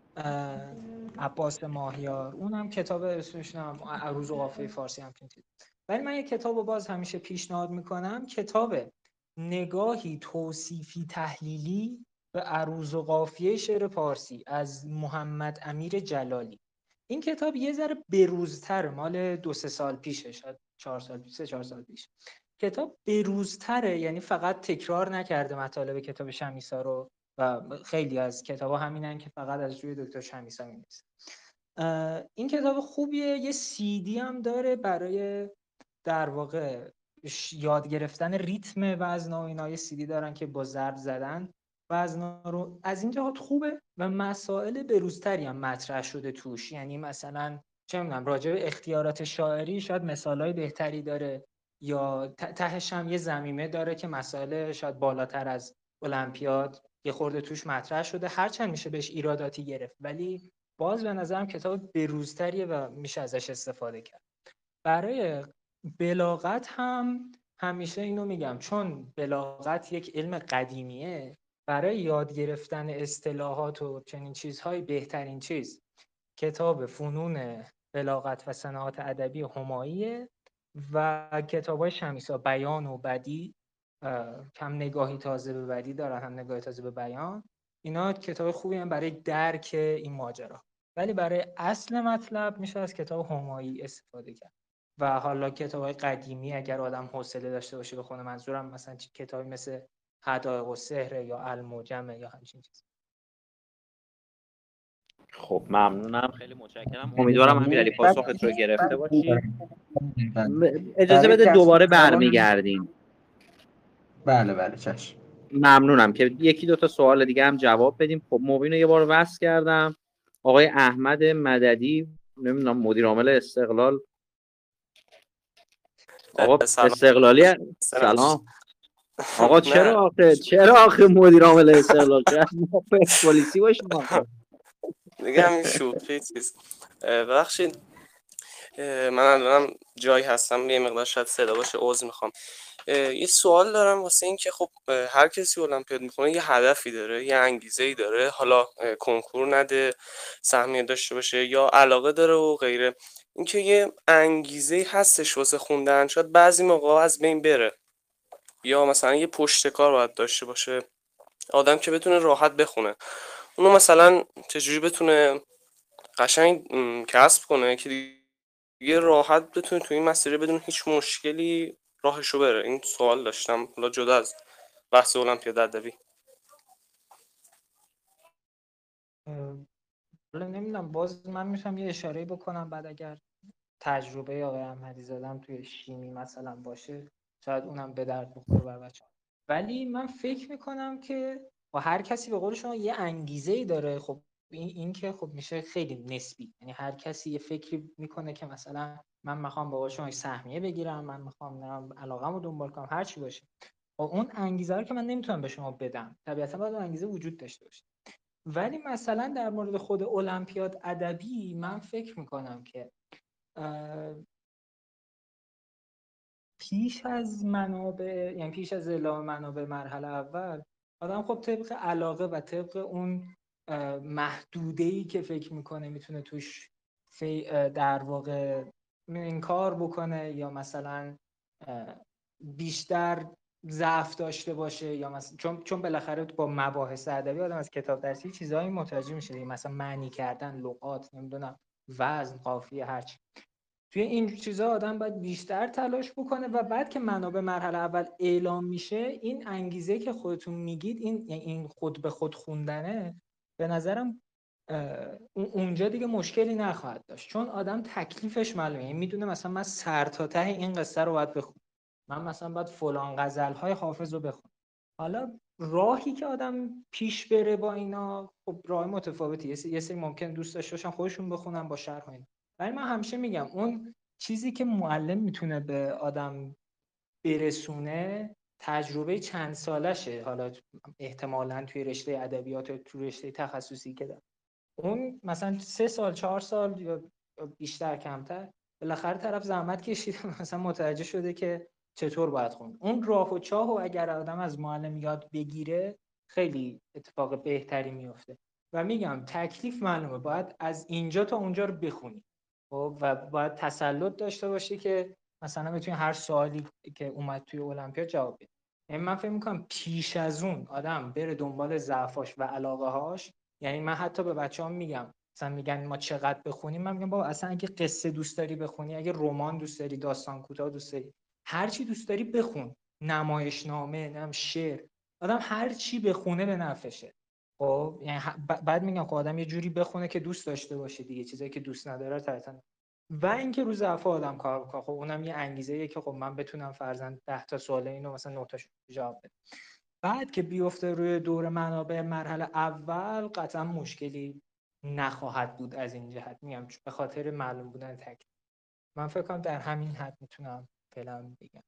عباس ماهیار، اون هم کتاب اسمش نم عروض و قافیه فارسی هم کنید. ولی من یه کتاب رو باز همیشه پیشنهاد میکنم، کتاب نگاهی توصیفی تحلیلی به عروض و قافیه شعر پارسی از محمد امیر جلالی. این کتاب یه ذره بروزتر، مال دو سه سال پیشه، شاید چهار سال پیش، سه چهار سال پیش. کتاب بروزتره، یعنی فقط تکرار نکرده مطالب کتاب شمیسا رو و خیلی از کتابا همینن که فقط از روی دکتر شمیسا می‌نویسن. این کتاب خوبیه. یه سی دی هم داره برای در واقع یاد گرفتن ریتم وزنا و اینا. یه سی دی دارن که با ضرب زدن وزنا رو. از این جهات خوبه و مسائل بروزتری هم مطرح شده توش، یعنی مثلا چه می‌دونم راجع به اختیارات شاعری شاید مثالای بهتری داره، یا تهش هم یه ضمیمه داره که مسائل شاید بالاتر از المپیاد یه خورده توش مطرح شده، هرچند میشه بهش ایراداتی گرفت، ولی باز به نظرم کتاب بروزتریه و میشه ازش استفاده کرد. برای بلاغت هم همیشه اینو میگم، چون بلاغت یک علم قدیمیه، برای یاد گرفتن اصطلاحات و چنین چیزهای بهترین چیز کتاب فنون بلاغت و صناعات ادبی هماییه و کتاب‌های شمیسا بیان و بدیع، هم نگاهی تازه به بدیع دارن هم نگاهی تازه به بیان. اینا کتاب خوبی هم برای درک این ماجرا، ولی برای اصل مطلب میشه از کتاب همایی استفاده کرد. و حالا کتاب‌های قدیمی اگر آدم حوصله داشته باشه بخونه، منظورم مثلا کتابی مثل حدائق السحر یا المعجم یا همچین چیز. خب ممنونم، خیلی متشکرم. امیدوارم امیرعلی پاسخت رو گرفته باشی. اجازه بده دوباره برمیگردیم. بله بله چشم. ممنونم که یکی دو تا سوال دیگه هم جواب بدیم. خب مبین رو یه بار وصل کردم. آقای احمد مددی، نمیدونم مدیر عامل استقلال. آقا سلام. استقلالی هم. سلام آقا. چرا آخه چرا آخه مدیر عامل استقلال شاید ما پلیسی باشیم آخه. دیگه همین شوخی چیز. ببخشید من الانم جایی هستم، یه مقدار شاید صدا باشه، عذر میخوام. یه سوال دارم واسه این که خب هر کسی المپیاد میکنه یه هدفی داره، یه انگیزه‌ای داره، حالا کنکور نده، سهمیه داشته باشه یا علاقه داره و غیره. اینکه یه انگیزه‌ای هستش واسه خوندن، شاید بعضی موقع از بین بره، یا مثلا یه پشتکار باید داشته باشه آدم که بتونه راحت بخونه. اونو مثلا چجوری بتونه قشنگ کسب کنه که دیگه راحت بتونه تو این مسیر بدون هیچ مشکلی راهشو بره؟ این سوال داشتم، حالا جدا از بحث المپیاد ادبی. حالا نمیدونم، باز من میتونم یه اشاره بکنم بعد اگر تجربه آقای احمدی زادم توی شیمی مثلا باشه شاید اونم به درد بخوره بر بچه‌ها. ولی من فکر میکنم که با هر کسی به قول شما یه انگیزه‌ای داره. خب این این که خب میشه خیلی نسبی، یعنی هر کسی یه فکری میکنه که مثلا من میخوام به قول شما سهمیه بگیرم، من میخوام نرم علاقه‌مو دنبال کنم، هر چی باشه. با اون انگیزه رو که من نمیتونم به شما بدم، طبیعتا باید اون انگیزه وجود داشته باشه. ولی مثلا در مورد خود المپیاد ادبی من فکر میکنم که پیش از منابع، یعنی پیش از اعلام منابع مرحله اول، آدم خب طبق علاقه و طبق اون محدوده‌ای که فکر میکنه میتونه توش در واقع این کار بکنه، یا مثلا بیشتر ضعف داشته باشه، یا مثلا چون چون بالاخره با مباحث ادبی آدم از کتاب درسی چیزایی متوجه میشه، مثلا معنی کردن لغات، نمیدونم وزن، قافیه، هرچی. توی این چیزا آدم باید بیشتر تلاش بکنه و بعد که منابع مرحله اول اعلام میشه، این انگیزه که خودتون میگید، این این خود به خود خوندنه، به نظرم اونجا دیگه مشکلی نخواهد داشت، چون آدم تکلیفش معلومه، یعنی میدونه مثلا من سر تا ته این قصه رو باید بخونم، من مثلا باید فلان غزل‌های حافظ رو بخونم. حالا راهی که آدم پیش بره با اینا خب راه متفاوتی، یه سری ممکن دوست داشته باشن خودشون بخونن با شرح اینا، ولی من همیشه میگم اون چیزی که معلم میتونه به آدم برسونه تجربه چند سالشه، حالا احتمالاً توی رشته ادبیات و توی رشته تخصصی که داره، اون مثلا سه سال چهار سال یا بیشتر کمتر بالاخره طرف زحمت کشیده مثلا متوجه شده که چطور باید خوند. اون راه و چاه و اگر آدم از معلم یاد بگیره خیلی اتفاق بهتری میفته. و میگم تکلیف معلومه، باید از اینجا تا اونجا رو بخونی و باید تسلط داشته باشی که مثلا بتونی هر سوالی که اومد توی المپیاد جواب بدی. یعنی من فکر میکنم پیش از اون آدم بره دنبال ضعفاش و علاقه هاش. یعنی من حتی به بچه‌ها میگم، مثلا میگن ما چقدر بخونیم، من میگم بابا اصلا اگه قصه دوست داری بخونی، اگه رمان دوست داری، داستان کوتاه دوست داری، هر چی دوست داری بخون، نمایشنامه، نم شعر، آدم هر چی بخونه به نفعشه. خب یعنی بعد میگم خب آدم یه جوری بخونه که دوست داشته باشه دیگه، چیزایی که دوست نداره طبعا. و اینکه رو ضعف آدم کار بکنه، خب اونم یه انگیزه‌ایه که خب من بتونم فرضاً ده تا سوال اینو مثلا نه تاشو جواب بدم. بعد که بیفته روی دور منابع مرحله اول قطعا مشکلی نخواهد بود از این جهت. میگم به خاطر معلوم بودن تکلیف. من فکر کنم در همین حد میتونم فعلا بگم.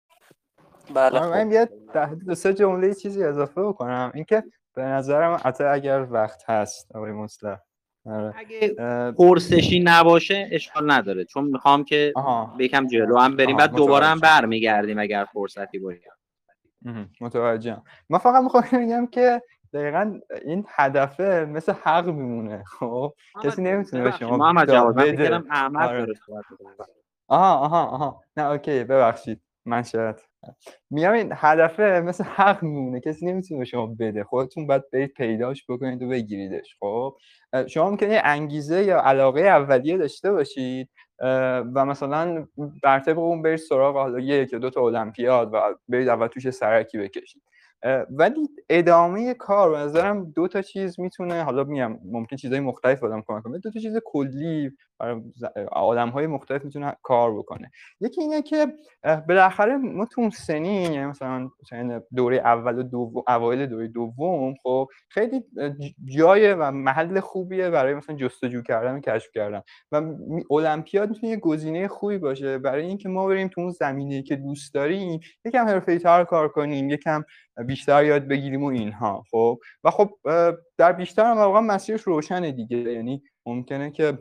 بله آره، خب من بیاد ده دو سه جمله چیزی اضافه بکنم. اینکه به نظرم حتی اگر وقت هست آقای مصلح، آره. اگه اه، پرسشی نباشه اشکال نداره، چون میخوام که آها یکم جلو هم بریم، آها بعد دوباره هم متوجه برمیگردیم اگر فرصتی باشه. متوجهم. من فقط میخوام بگم که دقیقاً این هدفه مثل حق میمونه. خب کسی نمیتونه به ببخشید شما محمد دا جواد، من فکر بده. کردم احمد آره داره صحبت می‌کنه. آها آها آها نه اوکی ببخشید من شاید میگم این هدفه مثل حق میمونه، کسی نمیتونه به شما بده، خودتون باید برید پیداش بکنید و بگیریدش. خب شما ممکنه یه انگیزه یا علاقه اولیه داشته باشید و مثلا بر طبق اون برید سراغ حالا یک یا دو تا المپیاد و برید اول توش سرکی بکشید، ولی ادامه کار به نظرم دو تا چیز میتونه، حالا میگم ممکن چیزای مختلف آدم کمک کنه، دو تا چیز کلی برای آدم‌های مختلف میتونه کار بکنه. یکی اینه که بالاخره ما تو اون سنین، یعنی مثلا دوره اول و دوم، اوایل دوره دوم، خب خیلی جای و محل خوبیه برای مثلا جستجو کردن و کشف کردن و المپیاد میتونه یه گزینه خوبی باشه برای اینکه ما بریم تو اون زمینه‌ای که دوست داریم یکم حرفه‌ای‌تر کار کنیم، یکم بیشتر یاد بگیریم و اینها. خب و خب در بیشتر هم واقعا مسیرش روشنه دیگه، یعنی ممکنه که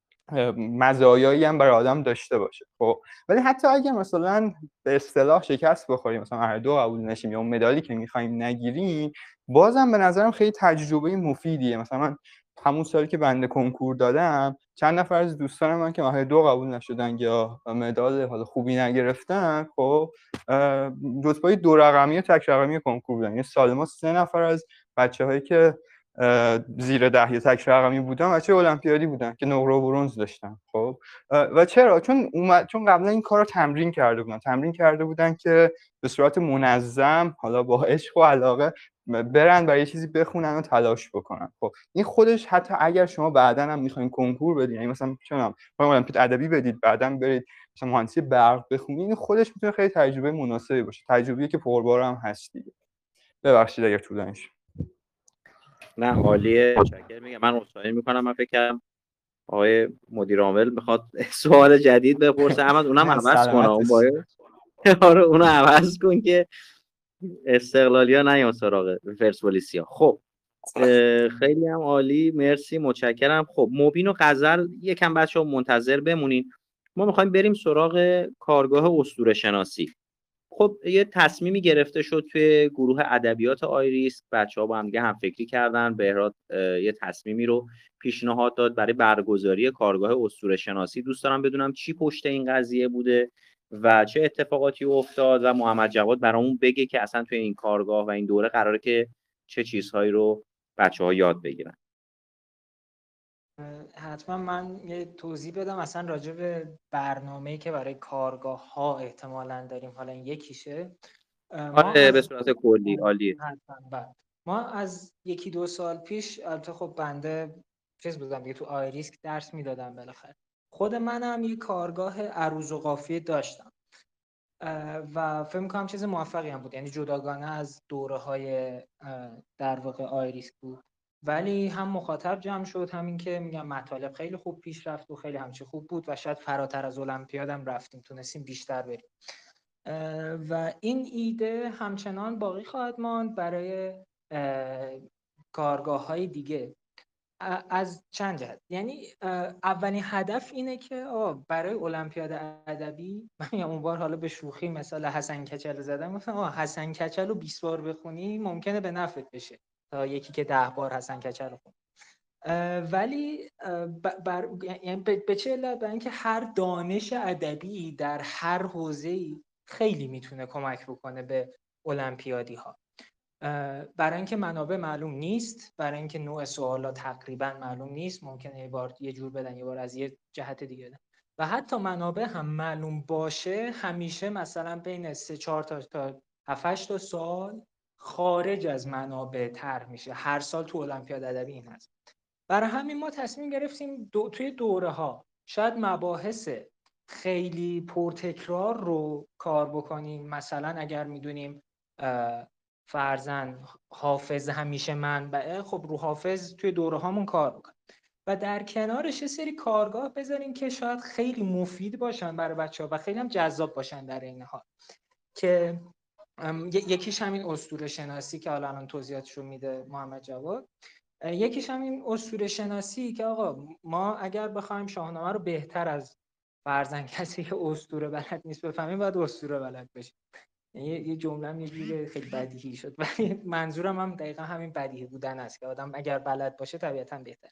مزایایی هم برای آدم داشته باشه. خب ولی حتی اگه مثلا به اصطلاح شکست بخوریم، مثلا هر دو قبول نشیم یا اون مدالی که می‌خوایم نگیریم، بازم به نظرم خیلی تجربه مفیدیه. مثلا من همون سالی که بنده کنکور دادم، چند نفر از دوستان من که ماهی دو قبول نشدن یا مدال حالا خوبی نگرفتن، خب رتبه دو رقمی و تک رقمی کنکور بودن. یه سال ما سه نفر از بچه‌هایی که زیر ده یا تک رقمی بودن بچه المپیادی بودن که نقره و برنز داشتن. خب و چرا؟ چون اومد چون قبلا این کارو تمرین کرده بودن تمرین کرده بودن که به صورت منظم، حالا با عشق و علاقه برن برای یه چیزی بخونن و تلاش بکنن. خب این خودش حتی اگر شما بعداً هم میخواین کنکور بدین، یعنی مثلا چونم المپیاد ادبی بدید بعداً برید مثلا مهندسی برق بخونید، این خودش میتونه خیلی تجربه مناسبی باشه، تجربه‌ای که پربار هم هست دیگه. ببخشید اگر طولانی شد. نه عالیه، متشکرم. میگم من عذرخواهی میکنم، من فکر کردم آقای مدیر عامل میخواد سوال جدید بپرسه. احمد اونم عوض کن، اون باید آره اونو عوض کن که استقلالیا نیان سراغ پرسپولیسیا. خب خیلی هم عالی، مرسی، متشکرم. خب مبین و غزل یکم بچه‌ها منتظر بمونین، ما میخوایم بریم سراغ کارگاه اسطوره شناسی. خب یه تصمیمی گرفته شد توی گروه ادبیات آیریس، بچه‌ها با هم دیگه هم فکری کردن، بهراد یه تصمیمی رو پیشنهاد داد برای برگزاری کارگاه اسطوره شناسی. دوست دارم بدونم چی پشت این قضیه بوده و چه اتفاقاتی افتاد و محمد جواد برامون بگه که اصلا توی این کارگاه و این دوره قراره که چه چیزهایی رو بچه‌ها یاد بگیرن. حتما من یه توضیح بدم اصلا راجع به برنامه‌ای که برای کارگاه ها احتمالاً داریم، حالا این یکیشه. آره به صورت کلی عالیه. حتما ما از یکی دو سال پیش، البته خب بنده چیز بودم دیگه، تو آیریسک درس میدادم بالاخره، خود منم یه کارگاه عروض و قافیه داشتم و فکر می‌کنم چیز موفقی هم بود، یعنی جداگانه از دوره‌های در واقع آیریسک بود، ولی هم مخاطب جمع شد، همین که میگم مطالب خیلی خوب پیش رفت و خیلی همچی خوب بود و شاید فراتر از المپیادم رفتیم، تونستیم بیشتر بریم و این ایده همچنان باقی خواهد ماند برای کارگاه‌های دیگه از چند جهت. یعنی اولین هدف اینه که برای المپیاد ادبی، من اون بار حالا به شوخی مثال حسن کچل زدم، گفتم آ حسن کچل رو بیست بار بخونی ممکنه به نفعت بشه تا یکی که ده بار حسن کچل رو خون. ولی بر یعنی به چه علت؟ برای اینکه هر دانش ادبی در هر حوزه‌ای خیلی میتونه کمک بکنه به المپیادی ها، برای اینکه منابع معلوم نیست، برای اینکه نوع سوالا تقریبا معلوم نیست، ممکنه یه بار یه جور بدن یه بار از یه جهت دیگه بدن و حتی منابع هم معلوم باشه همیشه مثلا بین سه چهار تا تا هفت هشت تا سوال خارج از منابع طرح میشه هر سال تو المپیاد ادبی. این هست. برای همین ما تصمیم گرفتیم دو توی دوره ها شاید مباحث خیلی پرتکرار رو کار بکنیم. مثلا اگر میدونیم فرضاً حافظ همیشه منبعه، خب رو حافظ توی دوره هامون کار بکنیم. و در کنارش یه سری کارگاه بذاریم که شاید خیلی مفید باشن برای بچه‌ها و خیلی هم جذاب باشن در این حال، که یکیش همین اسطوره شناسی که حالا الان توضیحاتش رو میده محمد جواد، یکیش همین اسطوره شناسی که آقا ما اگر بخوایم شاهنامه رو بهتر از فرضاً کسی که اسطوره بلد نیست بفهمیم، باید اسطوره بلد بشیم. یه یه جمله یه جوری خیلی بدیهی شد ولی منظورم هم دقیقا همین بدیهی بودن است که آدم اگر بلد باشه طبیعتاً بهتر.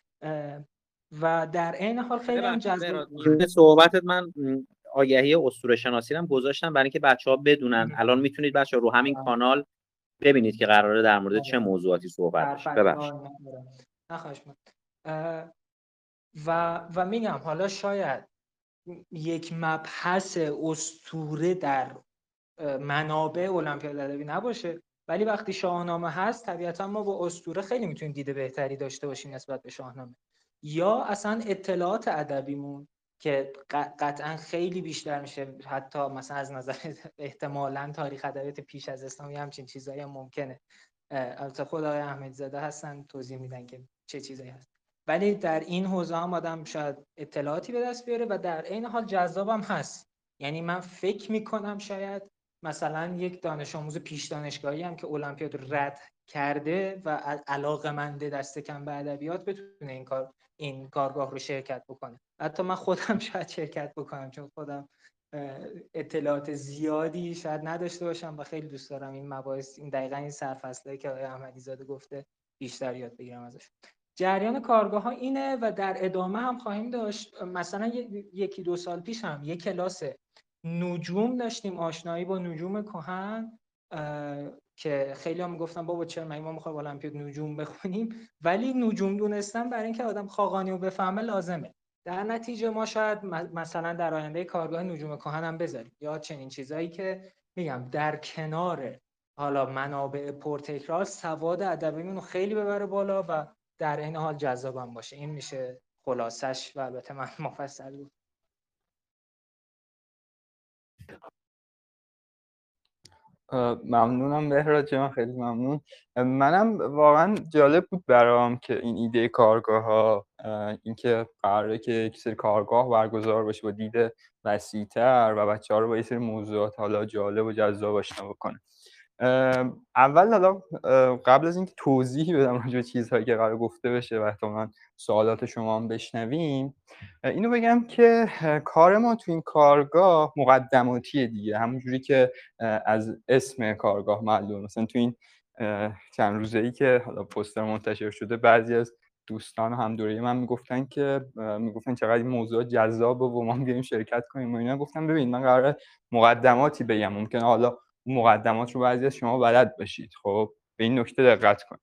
و در عین حال خیلی هم جذاب صحبتت من آگهی اسطوره شناسی هم گذاشتم برای اینکه بچه‌ها بدونن. الان میتونید بچه‌ها رو همین کانال ببینید که قراره در مورد چه موضوعاتی صحبت بشه. ببخشید. نخواهش می‌کنم. و و میگم حالا شاید یک مبحث اسطوره در منابع المپیاد ادبی نباشه، ولی وقتی شاهنامه هست طبیعتا ما با اسطوره خیلی میتونیم دید بهتری داشته باشیم نسبت به شاهنامه، یا اصلا اطلاعات ادبیمون که قطعا خیلی بیشتر میشه، حتی مثلا از نظر احتمالاً تاریخ ادبیات پیش از اسلامی همچین چیزایی هم ممکنه. البته خود آقای احمدی‌زاده هستن توضیح میدن که چه چیزایی هست، ولی در این حوزه هم آدم شاید اطلاعاتی به دست بیاره و در عین حال جذابم هست. یعنی من فکر میکنم شاید مثلا یک دانش آموز پیش دانشگاهی هم که المپیاد رد کرده و علاقه‌مند دست کم به ادبیات بتونه این کار این کارگاه رو شرکت بکنه. حتی من خودم شاید شرکت بکنم چون خودم اطلاعات زیادی شاید نداشته باشم و خیلی دوست دارم این مباحث، این دقیقاً این سرفصلی که آقای احمدی‌زاده گفته بیشتر یاد بگیرم ازش. جریان کارگاه ها اینه و در ادامه هم خواهیم داشت. مثلا یکی دو سال پیش هم یک کلاس نجوم داشتیم، آشنایی با نجوم کهن، که خیلی هم گفتن بابا چرا ما میخوایم المپیاد نجوم بخونیم، ولی نجوم دونستن برای اینکه آدم خاقانی رو بفهمه لازمه. در نتیجه ما شاید مثلا در آینده کارگاه نجوم کهن هم بذاریم یا چنین چیزایی که میگم در کنار حالا منابع پرتکرار سواد ادبیمون رو خیلی ببره بالا و در این حال جذابم باشه. این میشه خلاصش و البته من مفصل بود. ممنونم بهراد جان، خیلی ممنون. منم واقعا جالب بود برام که این ایده کارگاه ها، اینکه قراره که یک سری کارگاه برگزار بشه با دید وسیع‌تر و بچه‌ها رو با یه سری موضوعات حالا جالب و جذاب آشنا بکنه. اول حالا قبل از اینکه توضیحی بدم راجع به چیزهایی که قرار گفته بشه و احتمالاً سوالات شما هم بشنویم، اینو بگم که کار ما تو این کارگاه مقدماتیه دیگه، همونجوری که از اسم کارگاه معلومه. مثلا تو این چند روزه‌ای که حالا پوستر منتشر شده بعضی از دوستان هم دوره من میگفتن که میگفتن چقدر این موضوع جذابه و ما بیایم شرکت کنیم و اینا. گفتم ببین من قراره مقدماتی بگم، ممکنه حالا مقدمات رو بعضی از شما بلد باشید، خب به این نکته دقت کن.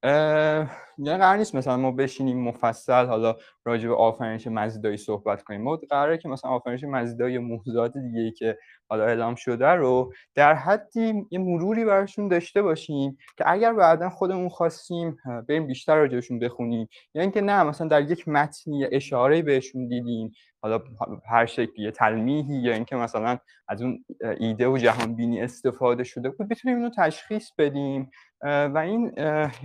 یعنی قرار نیست مثلا ما بشینیم مفصل حالا راجع به آفرینش مزیدایی صحبت کنیم. ما قراره که مثلا آفرینش مزیدایی موضوعات دیگه‌ای که حالا اعلام شده رو در حدی یه مروری براشون داشته باشیم که اگر بعداً خودمون خواستیم بریم بیشتر راجعشون بخونیم، یا اینکه نه مثلا در یک متنی اشاره‌ای بهشون دیدیم، حالا هر شکلی تلمیحی، یا اینکه مثلا از اون ایده و جهان بینی استفاده شده بود، بتونیم اینو تشخیص بدیم و این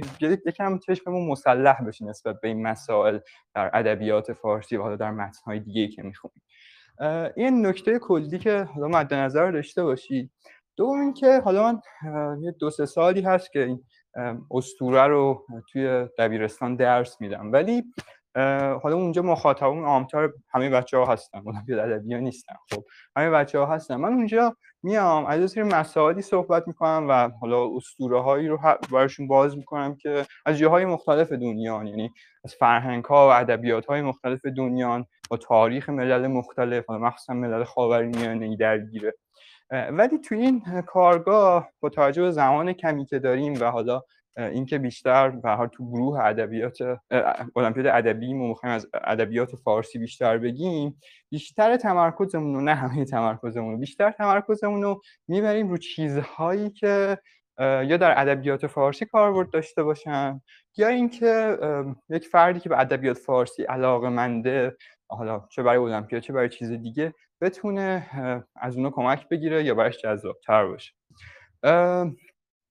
یکم چشممون مسلح بشه نسبت به این مسائل در ادبیات فارسی و حالا در متن‌های دیگه‌ای که می‌خونیم. این نکته کلی که حالا مد نظر داشته باشید. دوم این که حالا من یه دو سه سالی هست که این اسطوره رو توی دبیرستان درس میدم، ولی حالا اونجا مخاطبون عام‌تر همه بچه‌ها هستن، المپیاد ادبیات نیستن. خب همه بچه‌ها هستن. من اونجا میام از یه سری مسائلی صحبت میکنم و حالا اسطوره‌هایی رو براشون باز میکنم که از جاهای مختلف دنیا، یعنی از فرهنگ‌ها و ادبیات‌های مختلف دنیا با تاریخ ملل مختلف، مخصوصا ملل خاورمیانه‌ای درگیره. ولی توی این کارگاه با توجه به زمان کمی که داریم و حالا اینکه بیشتر به هر حال تو گروه ادبیات المپیاد ادبی ما می‌خوایم از ادبیات فارسی بیشتر بگیم، بیشتر تمرکزمون رو، نه همه تمرکزمون رو، بیشتر تمرکزمون رو میبریم رو چیزهایی که یا در ادبیات فارسی کاربرد داشته باشن، یا اینکه یک فردی که به ادبیات فارسی علاقه‌منده، حالا چه برای المپیاد چه برای چیز دیگه، بتونه از اونها کمک بگیره یا براش جذاب‌تر باشه.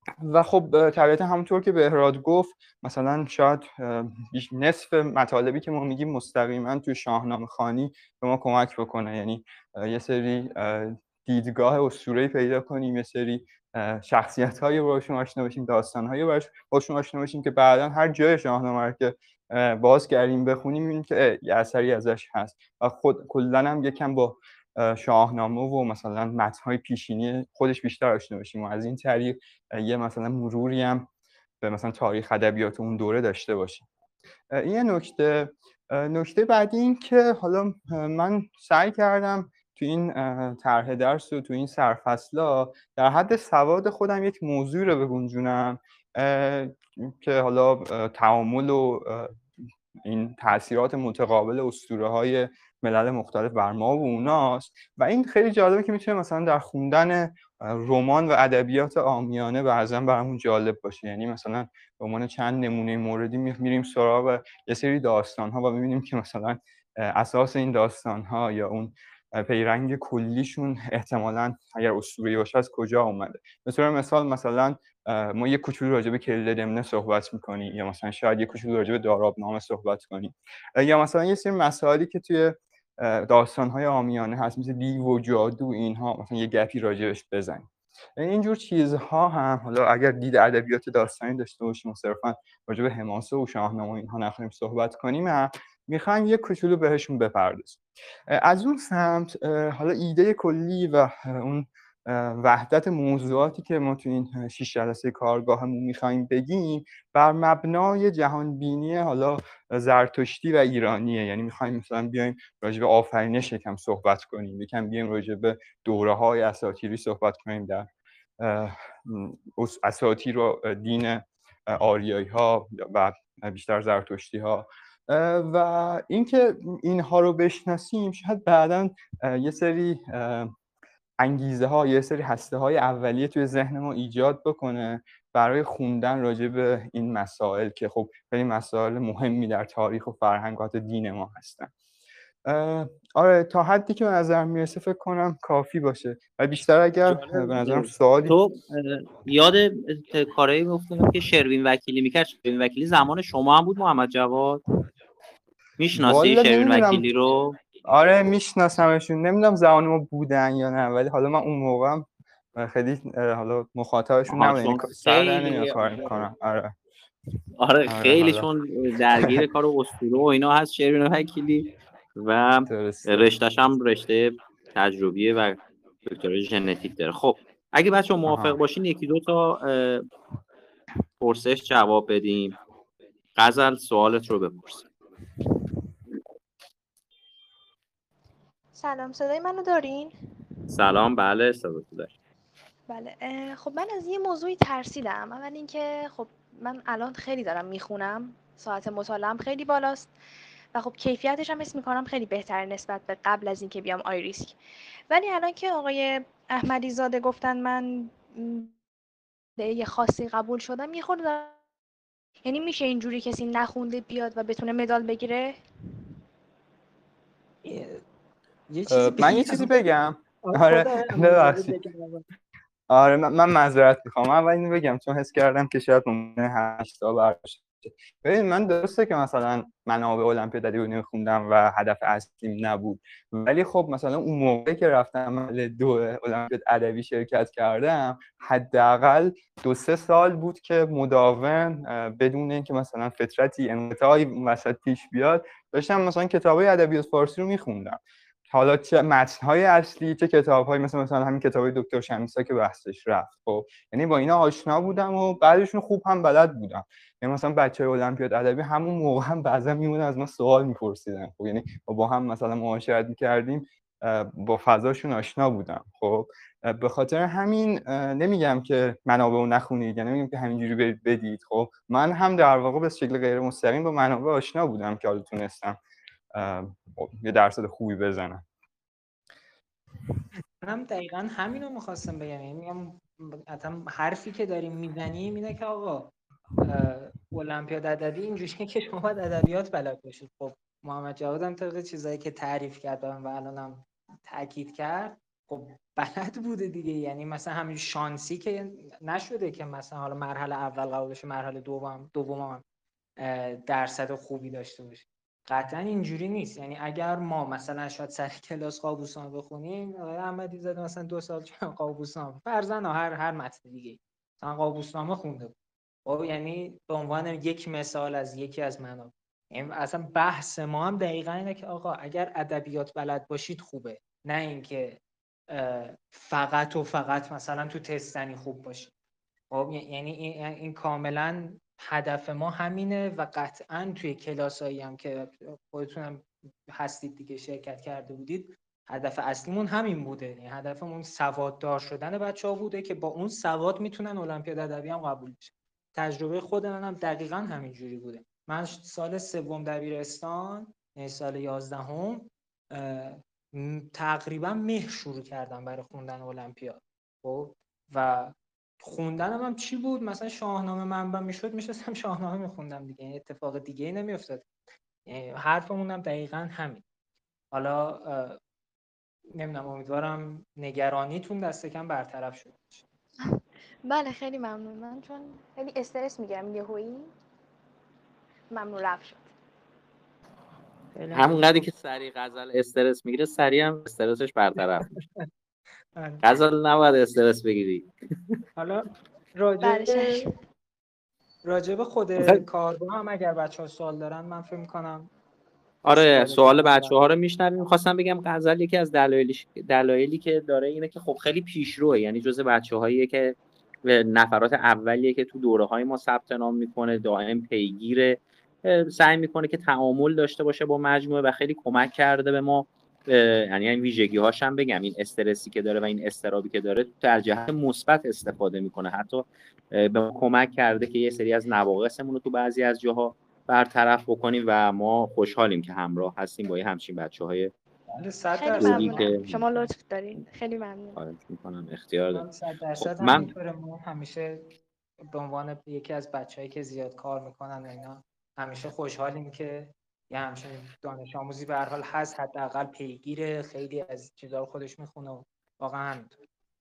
و خب طبیعتا همونطور که بهراد گفت مثلا شاید نصف مطالبی که ما میگیم مستقیما تو شاهنامه خوانی به ما کمک بکنه، یعنی یه سری دیدگاه اسطوره‌ای پیدا کنیم، یه سری شخصیت‌هایی باشون آشنا بشیم، داستان‌هایی باشون آشنا بشیم که بعداً هر جای شاهنامه رو که باز کردیم بخونیم می‌بینیم که یه اثری ازش هست و خود کلاً هم یکم با شاهنامه و مثلا متن‌های پیشینی خودش بیشتر آشنا بشیم و از این طریق یه مثلا مروری هم به مثلا تاریخ ادبیات اون دوره داشته باشیم. این یه نکته. نکته بعدی این که حالا من سعی کردم تو این طرح درس و تو این سرفصلا در حد سواد خودم یک موضوع رو بگنجونم که حالا تعامل و این تأثیرات متقابل اسطوره‌های ملل مختلف بر ما و اوناست و این خیلی جالبه که میتونه مثلا در خوندن رمان و ادبیات عامیانه بعضا برامون جالب باشه. یعنی مثلا به عنوان چند نمونه موردی میریم سراغ یه سری داستان‌ها و می‌بینیم که مثلا اساس این داستان‌ها یا اون پیرنگ کلیشون احتمالاً اگر اسطوره‌ای باشه از کجا اومده. به طور مثال مثلا ما یه کوچولو راجع به کله دمنه صحبت می‌کنیم یا مثلا شاید یه کوچولو راجع به دارابنامه صحبت کنیم یا مثلا یه سری مسائلی که توی داستان‌های عامیانه هست مثل دیو و جادو اینها مثلا یه گپی راجعش بزنیم. اینجور چیزها هم حالا اگر دید ادبیات داستانی داشته باشیم و صرفاً راجع به حماسه و شاهنامه اینها نخواهیم صحبت کنیم، می‌خوایم یه کوچولو بهشون بپردازیم. از اون سمت حالا ایده کلی و اون وحدت موضوعاتی که ما تو این شش جلسه کارگاهمون می‌خوایم بگیم بر مبنای جهانبینی حالا زرتشتی و ایرانیه. یعنی می‌خوایم مثلا بیایم راجع به آفرینش یکم صحبت کنیم، یکم بیایم راجع به دوره‌های اساطیری صحبت کنیم در اساطیر و دین آریایی‌ها و بیشتر زرتشتی‌ها و اینکه اینها رو بشناسیم شاید بعداً یه سری انگیزه ها یه سری هسته های اولیه توی ذهن ما ایجاد بکنه برای خوندن راجع به این مسائل که خب خیلی مسائل مهمی در تاریخ و فرهنگ و دین ما هستن. آره تا حدی که به نظر میرسه فکر کنم کافی باشه و بیشتر اگر به نظرم سوالی تو یاد کارایی گفتم که شروین وکیلی میکرد. شروین وکیلی زمان شما هم بود محمد جواد؟ میشناسی شروین وکیلی رو؟ آره میشناسمشون، نمیدونم زمان ما بودن یا نه ولی حالا من اون موقع خیلی حالا مخاطبشون نبودم، سر در نمیاد کار میکنم. آره آره خیلیشون درگیر کار اسطوره و اینا هست شروین وکیلی و رشته‌ش هم رشته تجربیه و دکترای ژنتیک داره. خب اگه بچه‌ها موافق باشین یکی دو تا پرسش جواب بدیم. غزل سوالت رو بپرس. سلام، صدای منو دارین؟ سلام، بله صداتو داریم. بله. خب من از یه موضوعی ترسیدم. اول اینکه خب من الان خیلی دارم میخونم، ساعت مطالعه‌ام خیلی بالاست و خب کیفیتش هم حس میکنم خیلی بهتر نسبت به قبل از اینکه بیام آیریسک. ولی الان که آقای احمدی زاده گفتن من به یه خاصی قبول شدم یه خورده، یعنی میشه اینجوری کسی نخونده بیاد و بتونه مدال بگیره؟ یه چیزی من یه چیزی بگم. آره ببخشید. آره من معذرت میخوام. اول اینو بگم چون حس کردم که شاید ممکنه هشت تا برداشت. ببین من درسته که مثلا منابع المپیاد ادبی نمیخوندم و هدف اصلیم نبود، ولی خب مثلا اون موقعی که رفتم دو المپیاد ادبی شرکت کردم حداقل دو سه سال بود که مداوم بدون اینکه مثلا فترتی انقطاعی وسط پیش بیاد داشتم مثلا کتابای ادبیات فارسی رو میخوندم. حالا چه متن‌های اصلی چه کتاب‌هایی مثل مثلا همین کتابای دکتر شمیسا که بحثش رفت. خب یعنی با اینا آشنا بودم و بعدشون خوب هم بلد بودم. یعنی مثلا بچه‌های المپیاد ادبی همون موقع هم بعضا میمونه از ما سوال می‌پرسیدن. خب یعنی با هم مثلا معاشرت می‌کردیم، با فضاشون آشنا بودم. خب به خاطر همین نمیگم که منابع رو نخونید، یعنی نمیگم که همینجوری بدید. خب من هم در واقع به شکل غیر مستقیم با منابع آشنا بودم که حالا تونستم یه درصد خوبی بزنم. منم دقیقاً همینو می‌خواستم بگم. یعنی میگم مثلا حرفی که داریم میزنیم اینه که آقا المپیاد ادبی اینجوریه که شما باید ادبیات بلد باشید. خب محمد جواد هم طبق چیزایی که تعریف کرد و الانم تاکید کرد خب بلد بوده دیگه، یعنی مثلا همین شانسی که نشده که مثلا حالا مرحله اول قبول بشه، مرحله دوم دوم هم درصد خوبی داشته باشه. قطعا اینجوری نیست. یعنی اگر ما مثلا شاید سر کلاس قابوسنامه بخونیم، آقای احمدی زاده مثلا دو سال چند قابوسنامه فرضاً هر هر متن دیگه مثلا قابوسنامه خونده بود، خب یعنی به عنوان یک مثال از یکی از منابع، یعنی اصلا بحث ما هم دقیقاً اینه که آقا اگر ادبیات بلد باشید خوبه، نه اینکه فقط و فقط مثلا تو تستنی خوب باشید. خب یعنی این, این کاملا هدف ما همینه و قطعا توی کلاسایی هم که خودتونم هستید دیگه شرکت کرده بودید، هدف اصلیمون همین بوده. یعنی هدفمون سواددار شدن بچه‌ها بوده که با اون سواد میتونن المپیاد ادبی هم قبول بشن. تجربه خود منم دقیقاً همین جوری بوده. من سال سوم دبیرستان، یعنی سال یازدهم، تقریبا مهر شروع کردم برای خوندن المپیاد. خب و خوندنم هم چی بود؟ مثلا شاهنامه منبع میشد میشستم شاهنامه میخوندم دیگه، یعنی اتفاق دیگه ای نمیافتاد. یعنی حرفمون هم دقیقاً همین. حالا نمیدونم، امیدوارم نگرانیتون دست کم برطرف شده باشه. بله خیلی ممنون. من چون خیلی استرس میگیرم یهویی، ممنون رفت شد. همون قدری که سریع غزل استرس میگیره سریع هم استرسش برطرف میشه. غزل نباید استرس بگیری. حالا راجع راجب خود کارگاه هم اگر بچه‌ها سوال دارن من فکر می‌کنم آره سوال بچه‌ها رو میشنویم. می‌خواستم بگم غزل یکی از دلایلیش دلایلی که داره اینه که خب خیلی پیشروه، یعنی جزء بچه‌هاییه که نفرات اولیه که تو دوره‌های ما ثبت نام میکنه، دائم پیگیره، سعی میکنه که تعامل داشته باشه با مجموعه و خیلی کمک کرده به ما. یعنی این ویژگی‌هاش هم بگم، این استرسی که داره و این استرابی که داره در جهت مثبت استفاده میکنه، حتی به ما کمک کرده که یه سری از نواقصمون رو تو بعضی از جاها برطرف بکنیم و ما خوشحالیم که همراه هستیم با همچین بچه‌های. خیلی ممنونم، شما لطف دارین، خیلی ممنون. خواهش می‌کنم، اختیار دارید. صد درصد خب من همینطوره. ما همیشه به عنوان یکی از بچه‌هایی که زیاد کار میکنن و اینا همیشه خوشحالیم که یه همچین دانش آموزی به هر حال هست، حداقل پیگیر خیلی از چیزا رو خودش میخونه و واقعا همینطور.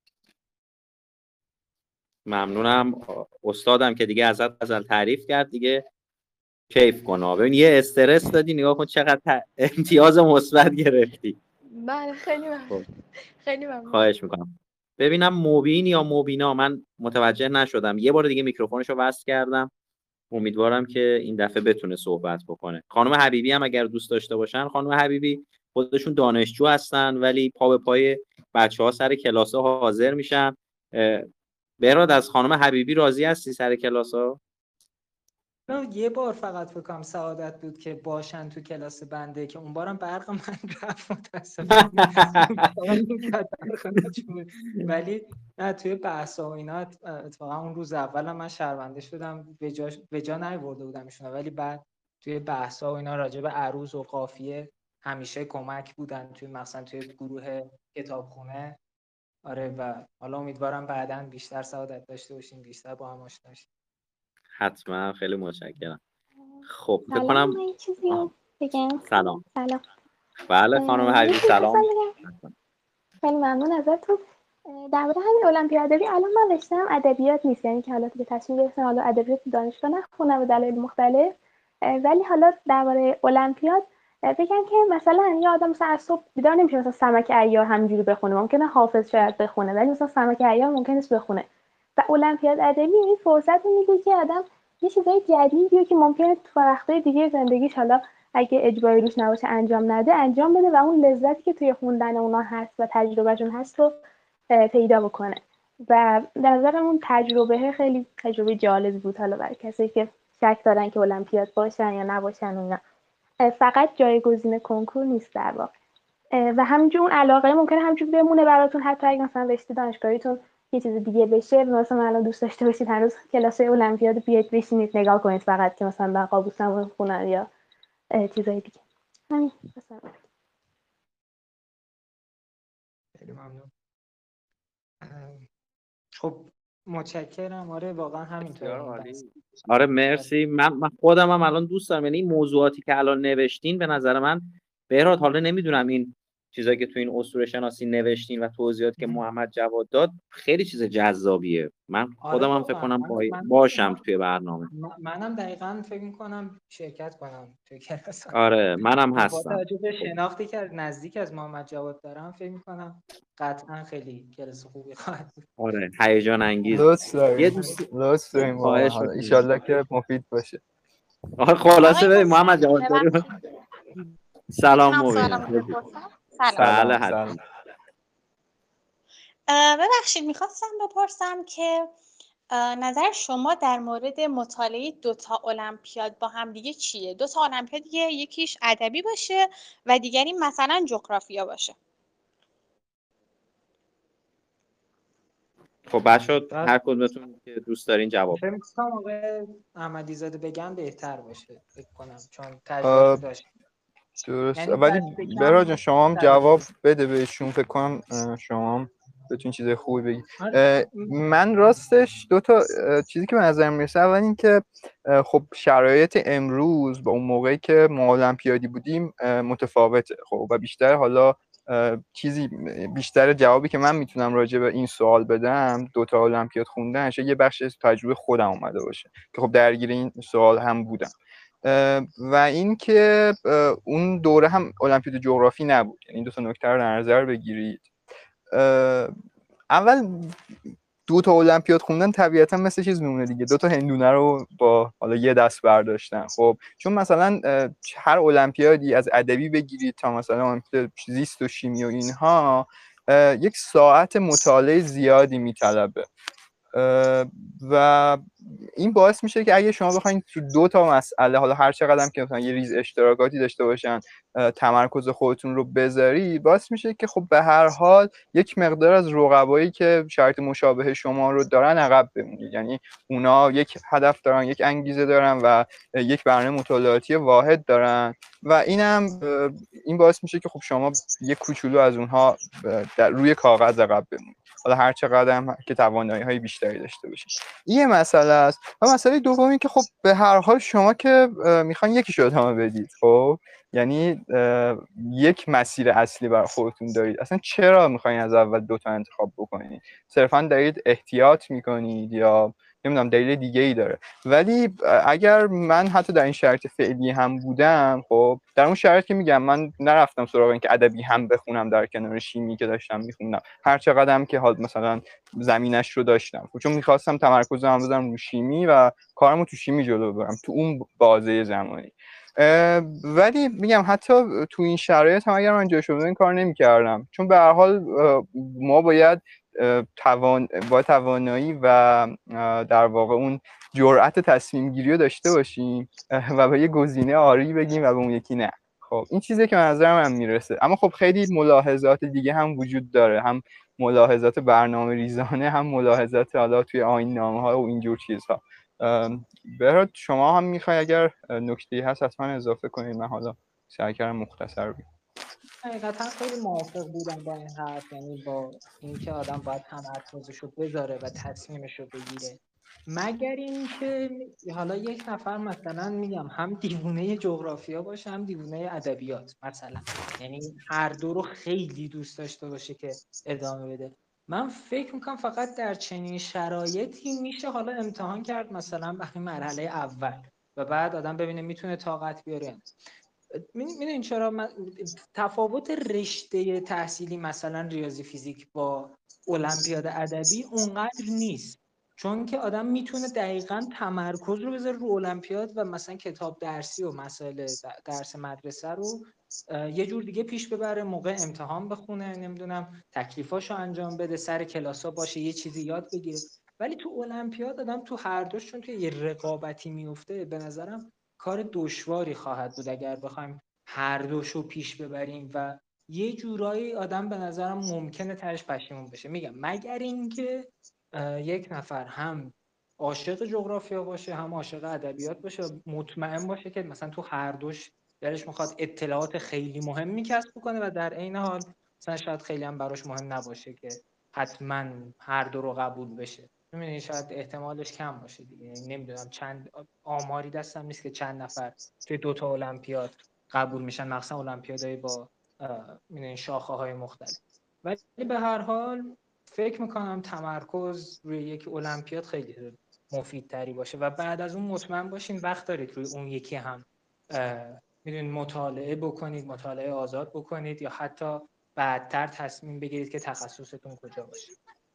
ممنونم استادم که دیگه ازت غزل تعریف کرد، دیگه کیف کن. ببین یه استرس دادی، نگاه کن چقدر امتیاز مثبت گرفتی. بله خیلی ممنون. خیلی ممنون. خواهش میکنم. ببینم مبین یا مبینا، من متوجه نشدم. یه بار دیگه میکروفونشو وصل کردم، امیدوارم که این دفعه بتونه صحبت بکنه. خانم حبیبی هم اگر دوست داشته باشن. خانم حبیبی خودشون دانشجو هستن ولی پا به پای بچه‌ها سر کلاس‌ها حاضر میشن. بهراد از خانم حبیبی راضی هستی سر کلاس‌ها؟ یه بار فقط فکر کنم سعادت بود که باشن تو کلاس بنده که اون بارم برق من رفت متاسفانه. ولی نه توی بحثا و اینا اتفاقا اون روز اول من شرمنده شدم، به جا به جا نیاورده بودم ایشون، ولی بعد توی بحثا و اینا راجع به عروض و قافیه همیشه کمک بودن، توی مثلا توی گروه کتابخونه. آره و حالا امیدوارم بعداً بیشتر سعادت داشته باشیم، بیشتر با هم آشنا بشیم. حتما، خیلی متشکرم. خب فکر سلام، کنم من چیزی رو بگم. سلام. سلام. بله خانم حبیبی سلام. خیلی ممنون ازتون. درباره همین المپیاد ادبی الان من رشته‌ام ادبیات نیست، یعنی که حالا دیگه تصمیم گرفتم حالا ادبیات دانشگاه نخونم به دلایل مختلف، ولی حالا درباره المپیاد بگم که مثلا یه آدم مثلا از صبح بیدار نمیشه مثلا سمک عیار همینجوری بخونه، ممکنه حافظ شاید بخونه ولی مثلا سمک عیار ممکنه نیست بخونه. و المپیاد ادبی این فرصت میده که آدم یه چیزای جدیدی که ممکنه تو وقتای دیگه زندگیش حالا اگه اجباری روش نباشه انجام نده انجام بده و اون لذتی که توی خوندن اونا هست و تجربهشون هست رو پیدا بکنه. و در نظرم اون تجربه خیلی تجربه جالبی بود حالا برای کسی که شک دارن که المپیاد باشن یا نباشن اونا. فقط جایگزین کنکور نیست در واقع. و همینجور اون علاقه ممکنه همینجور بمونه براتون، حتی اگه مثلا رشته دانشگاهیتون یه چیز دیگه بشه، مثلا الان دوست داشته باشید هنوز کلاسای المپیاد بیاید بشینید نگاه کنید فقط که مثلا در قابوسنامه خوندن یا چیزای دیگه. همین مثلا. خیلی ممنون. خب متشکرم. آره واقعا همینطوره. آره مرسی. من, من خودم هم الان دوست دارم، یعنی این موضوعاتی که الان نوشتین به نظر من بهراد، حالا نمیدونم این چیزایی که تو این اسطوره شناسی نوشتین و توضیحاتی که محمد جواد داد خیلی چیز جذابیه. من آره خودم هم فکر واقعا کنم من, با... من باشم توی برنامه. من- منم دقیقا فکر میکنم شرکت کنم توی کلاس. آره منم با هستم. توجه به شناختی که نزدیک از محمد جواد دارم فکر میکنم قطعا خیلی کلاس خوبی خواهد بود. آره هیجان انگیز. لطف یه داریم دوست لطف داریم واقعا. خواهش حالا می‌کنم. ایشالله که مفید باشه. آخه خلاصه آقای ببین محمد خسروی جواد داری ببخشید سلام میتونم مبینم. سوالمو بپرسم؟ سلام. بله سلام حتما. سلام. اه، ببخشید میخواستم بپرسم که اه، نظر شما در مورد مطالعه دوتا المپیاد با هم دیگه چیه؟ دوتا المپیاد دیگه یکیش ادبی باشه و دیگری مثلا جغرافیا باشه. خب بچه بعد هر کدومتون که دوست دارین جواب. فکر میکنم آقای احمدی زاده بگم بهتر باشه فکر کنم چون آه، تجربه داشت. درست، یعنی ولی دست بهراد کم جان شما هم جواب تجربه. بده بهشون. فکر کنم اه، شما هم بتونین چیز خوبی بگی. آره. اه، من راستش دو تا اه، چیزی که به نظر میرسه، اول این که اه، خب شرایط امروز با اون موقعی که ما المپیادی بودیم اه، متفاوته. خب و بیشتر حالا اه، چیزی بیشتر جوابی که من میتونم راجع به این سوال بدم، دو تا المپیاد خوندن شه یه بخش از تجربه خودم اومده باشه که خب درگیر این سوال هم بودم. و اینکه اون دوره هم المپیاد جغرافی نبود. یعنی دو تا نکته رو در نظر بگیرید. اول دو تا المپیاد خوندن طبیعتا مثل چیز میمونه دیگه، دو تا هندونه رو با حالا یه دست برداشتن. خب چون مثلا هر المپیادی از ادبی بگیرید تا مثلا المپیاد زیست و شیمی و اینها یک ساعت مطالعه زیادی میطلبه و این باعث میشه که اگه شما بخواید تو دو تا مسئله، حالا هر چقدر که مثلا یه ریز اشتراکاتی داشته باشن، تمرکز خودتون رو بذاری، باعث میشه که خب به هر حال یک مقدار از رقبایی که شرط مشابه شما رو دارن عقب بمونید. یعنی اونا یک هدف دارن، یک انگیزه دارن و یک برنامه مطالعاتی واحد دارن و اینم این باعث میشه که خب شما یک کوچولو از اونها در روی کاغذ عقب بمونید، حالا هر چقدر هم که توانایی‌های بیشتری داشته باشید. این یه مسئله است. و مسئله دومی که خب به هر حال شما که میخواین یکیشو ادامه بدید، خب یعنی یک مسیر اصلی برای خودتون دارید، اصلا چرا میخواین از اول دو تا انتخاب بکنید؟ صرفا دارید احتیاط میکنید یا نمیدونم دلیل دیگه ای داره؟ ولی اگر من حتی در این شرایط فعلی هم بودم، خب در اون شرایط که میگم من نرفتم سراغ این که ادبی هم بخونم در کنار شیمی که داشتم میخوندم، هر چقدرم که حال مثلا زمینش رو داشتم، چون میخواستم تمرکزم بذارم رو شیمی و کارمو تو شیمی جلو ببرم تو اون بازه زمانی. ولی میگم حتی تو این شرایط هم اگر من جای شده این کار نمی‌کردم، چون به هر حال ما باید توان با توانایی و در واقع اون جرأت تصمیم گیری رو داشته باشیم و به یه گزینه آری بگیم و به اون یکی نه. خب این چیزی که به نظر من میرسه. اما خب خیلی ملاحظات دیگه هم وجود داره، هم ملاحظات برنامه ریزانه، هم ملاحظات حالا توی آیین نامه ها و اینجور چیزها. بهراد شما هم میخوای اگر نکته‌ای هست حتما اضافه کنید، من حالا سعی کردم مختصر بگم. حقیقتا خیلی موافق بودم با این حرف، یعنی با اینکه آدم باید تمرکزش رو بذاره و تصمیمش رو بگیره، مگر اینکه حالا یک نفر مثلا میگم هم دیوونه جغرافیا باشه هم دیوونه ادبیات مثلا، یعنی هر دو رو خیلی دوست داشته باشه که ادامه بده. من فکر میکنم فقط در چنین شرایطی میشه حالا امتحان کرد، مثلا برای مرحله اول و بعد آدم ببینه میتونه طاقت بیاره. میدونین چرا من تفاوت رشته تحصیلی مثلا ریاضی فیزیک با المپیاد ادبی اونقدر نیست، چون که آدم میتونه دقیقاً تمرکز رو بذاره رو المپیاد و مثلا کتاب درسی و مسائل درس مدرسه رو یه جور دیگه پیش ببره، موقع امتحان بخونه، نمیدونم تکلیفاشو انجام بده، سر کلاسا باشه، یه چیزی یاد بگیره. ولی تو المپیاد آدم تو هر دوش چون که یه رقابتی میفته، به نظرم کار دشواری خواهد بود اگر بخوایم هر دوشو پیش ببریم و یه جورایی آدم به نظرم ممکنه تهش پشیمون بشه. میگم مگر اینکه یک نفر هم عاشق جغرافیا باشه هم عاشق ادبیات باشه، مطمئن باشه که مثلا تو هر دوش دلش میخواد اطلاعات خیلی مهمی کسب کنه و در عین حال مثلا شاید خیلی هم براش مهم نباشه که حتما هر دو رو قبول بشه. می‌بینی شاید احتمالش کم باشه دیگه. نمیدونم چند آماری دستم نیست که چند نفر توی دو تا المپیاد قبول میشن، مخصوصا المپیادهای با میدونین شاخه های مختلف. ولی به هر حال فکر میکنم تمرکز روی یک المپیاد خیلی مفید تری باشه و بعد از اون مطمئن باشین وقت دارید روی اون یکی هم میدونید مطالعه بکنید، مطالعه آزاد بکنید یا حتی بعدتر تصمیم بگیرید که تخصصتون کجا باشه.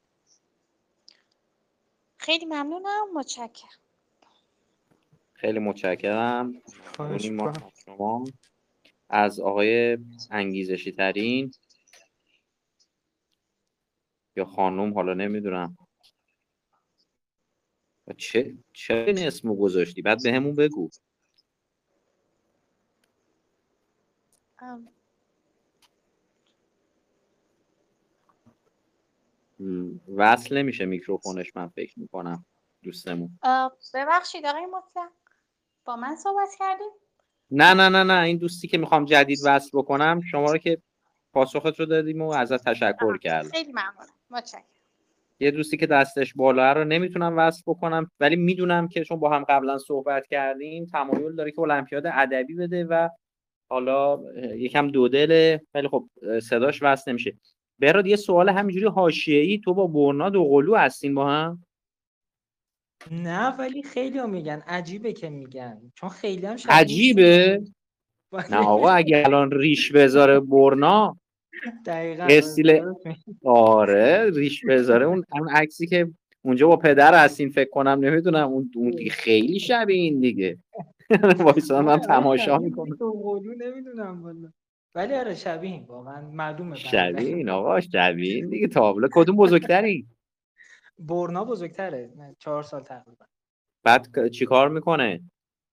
خیلی ممنونم، متشکرم. خیلی متشکرم. خواهش ممنونیم ما میکنم. از شما. از آقای انگیزشی ترین یا خانم، حالا نمیدونم چه چه این اسمو گذاشتی، بعد به همون بگو. ام، م، وصل نمیشه میکروفونش، من فکر میکنم دوستمون. آه، ببخشید آقای مطلق، با من صحبت کردیم؟ نه نه نه نه این دوستی که میخوام جدید وصل بکنم، شما رو که پاسخت رو دادیم و ازت تشکر آه، کردم. خیلی ممنونم، متشکرم. یه دوستی که دستش بالا رو نمیتونم وصل بکنم، ولی میدونم که چون با هم قبلا صحبت کردیم تمایل داره که المپیاد ادبی بده و حالا یکم دودله، ولی خب صداش وصل نمیشه. براد یه سوال همینجوری حاشیه‌ای، تو با برنا دو قلو هستین با هم؟ نه ولی خیلی هم میگن عجیبه که میگن، چون خیلی هم شبیه عجیبه؟ نه آقا اگه الان ریش بذاره برنا دقیقاً استیل، آره ریش بذاره، اون اون عکسی که اونجا با پدر هستین فکر کنم، نمیدونم اون اون دیگه خیلی شبیه این دیگه. وایسا من تماشا میکنم. تو قولو نمیدونم والا، ولی آره شبیه، واقعا معلومه. شبیه این آقا، شبیه این دیگه. تابلو کدوم بزرگتری؟ برنا بزرگتره، نه چهار سال تقریبا. بعد چیکار میکنه؟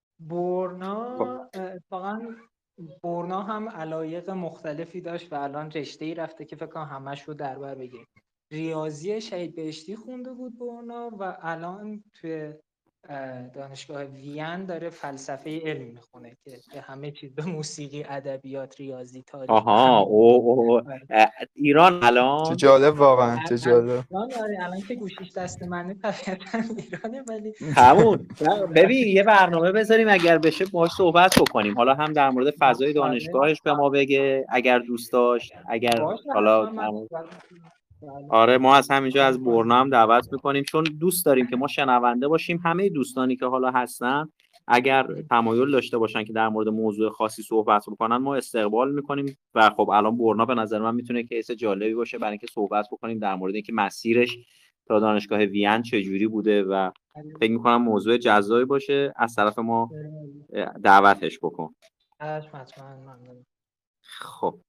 برنا اتفاقا برنا هم علایق مختلفی داشت و الان رشته‌ای رفته که فکر کنم همش رو در بر بگیره. ریاضی شهید بهشتی خونده بود برنا و الان توی دانشگاه وین داره فلسفه علم میخونه که همه چیز به موسیقی، ادبیات، ریاضی، تاریخ آها او او ایران چه الان. جالب واقعا، چه جالب. الان الان که گوشیش دست منه طبیعتا ایرانه، ولی همون ببین یه برنامه بذاریم اگر بشه باهاش صحبت بکنیم، حالا هم در مورد فضای دانشگاهش به ما بگه اگر دوست داشت، اگر باشه حالا حتما من تمام. صحبت می‌کنم. آره ما از همینجا از برنا هم دعوت میکنیم، چون دوست داریم که ما شنونده باشیم. همه دوستانی که حالا هستن اگر تمایل داشته باشن که در مورد موضوع خاصی صحبت بکنن، ما استقبال میکنیم. و خب الان برنا به نظر من میتونه کیس جالبی باشه برای اینکه صحبت بکنیم در مورد اینکه مسیرش تا دانشگاه وین چجوری بوده و فکر میکنم موضوع جذابی باشه. از طرف ما دعوتش بکن. حتما ممنون. خب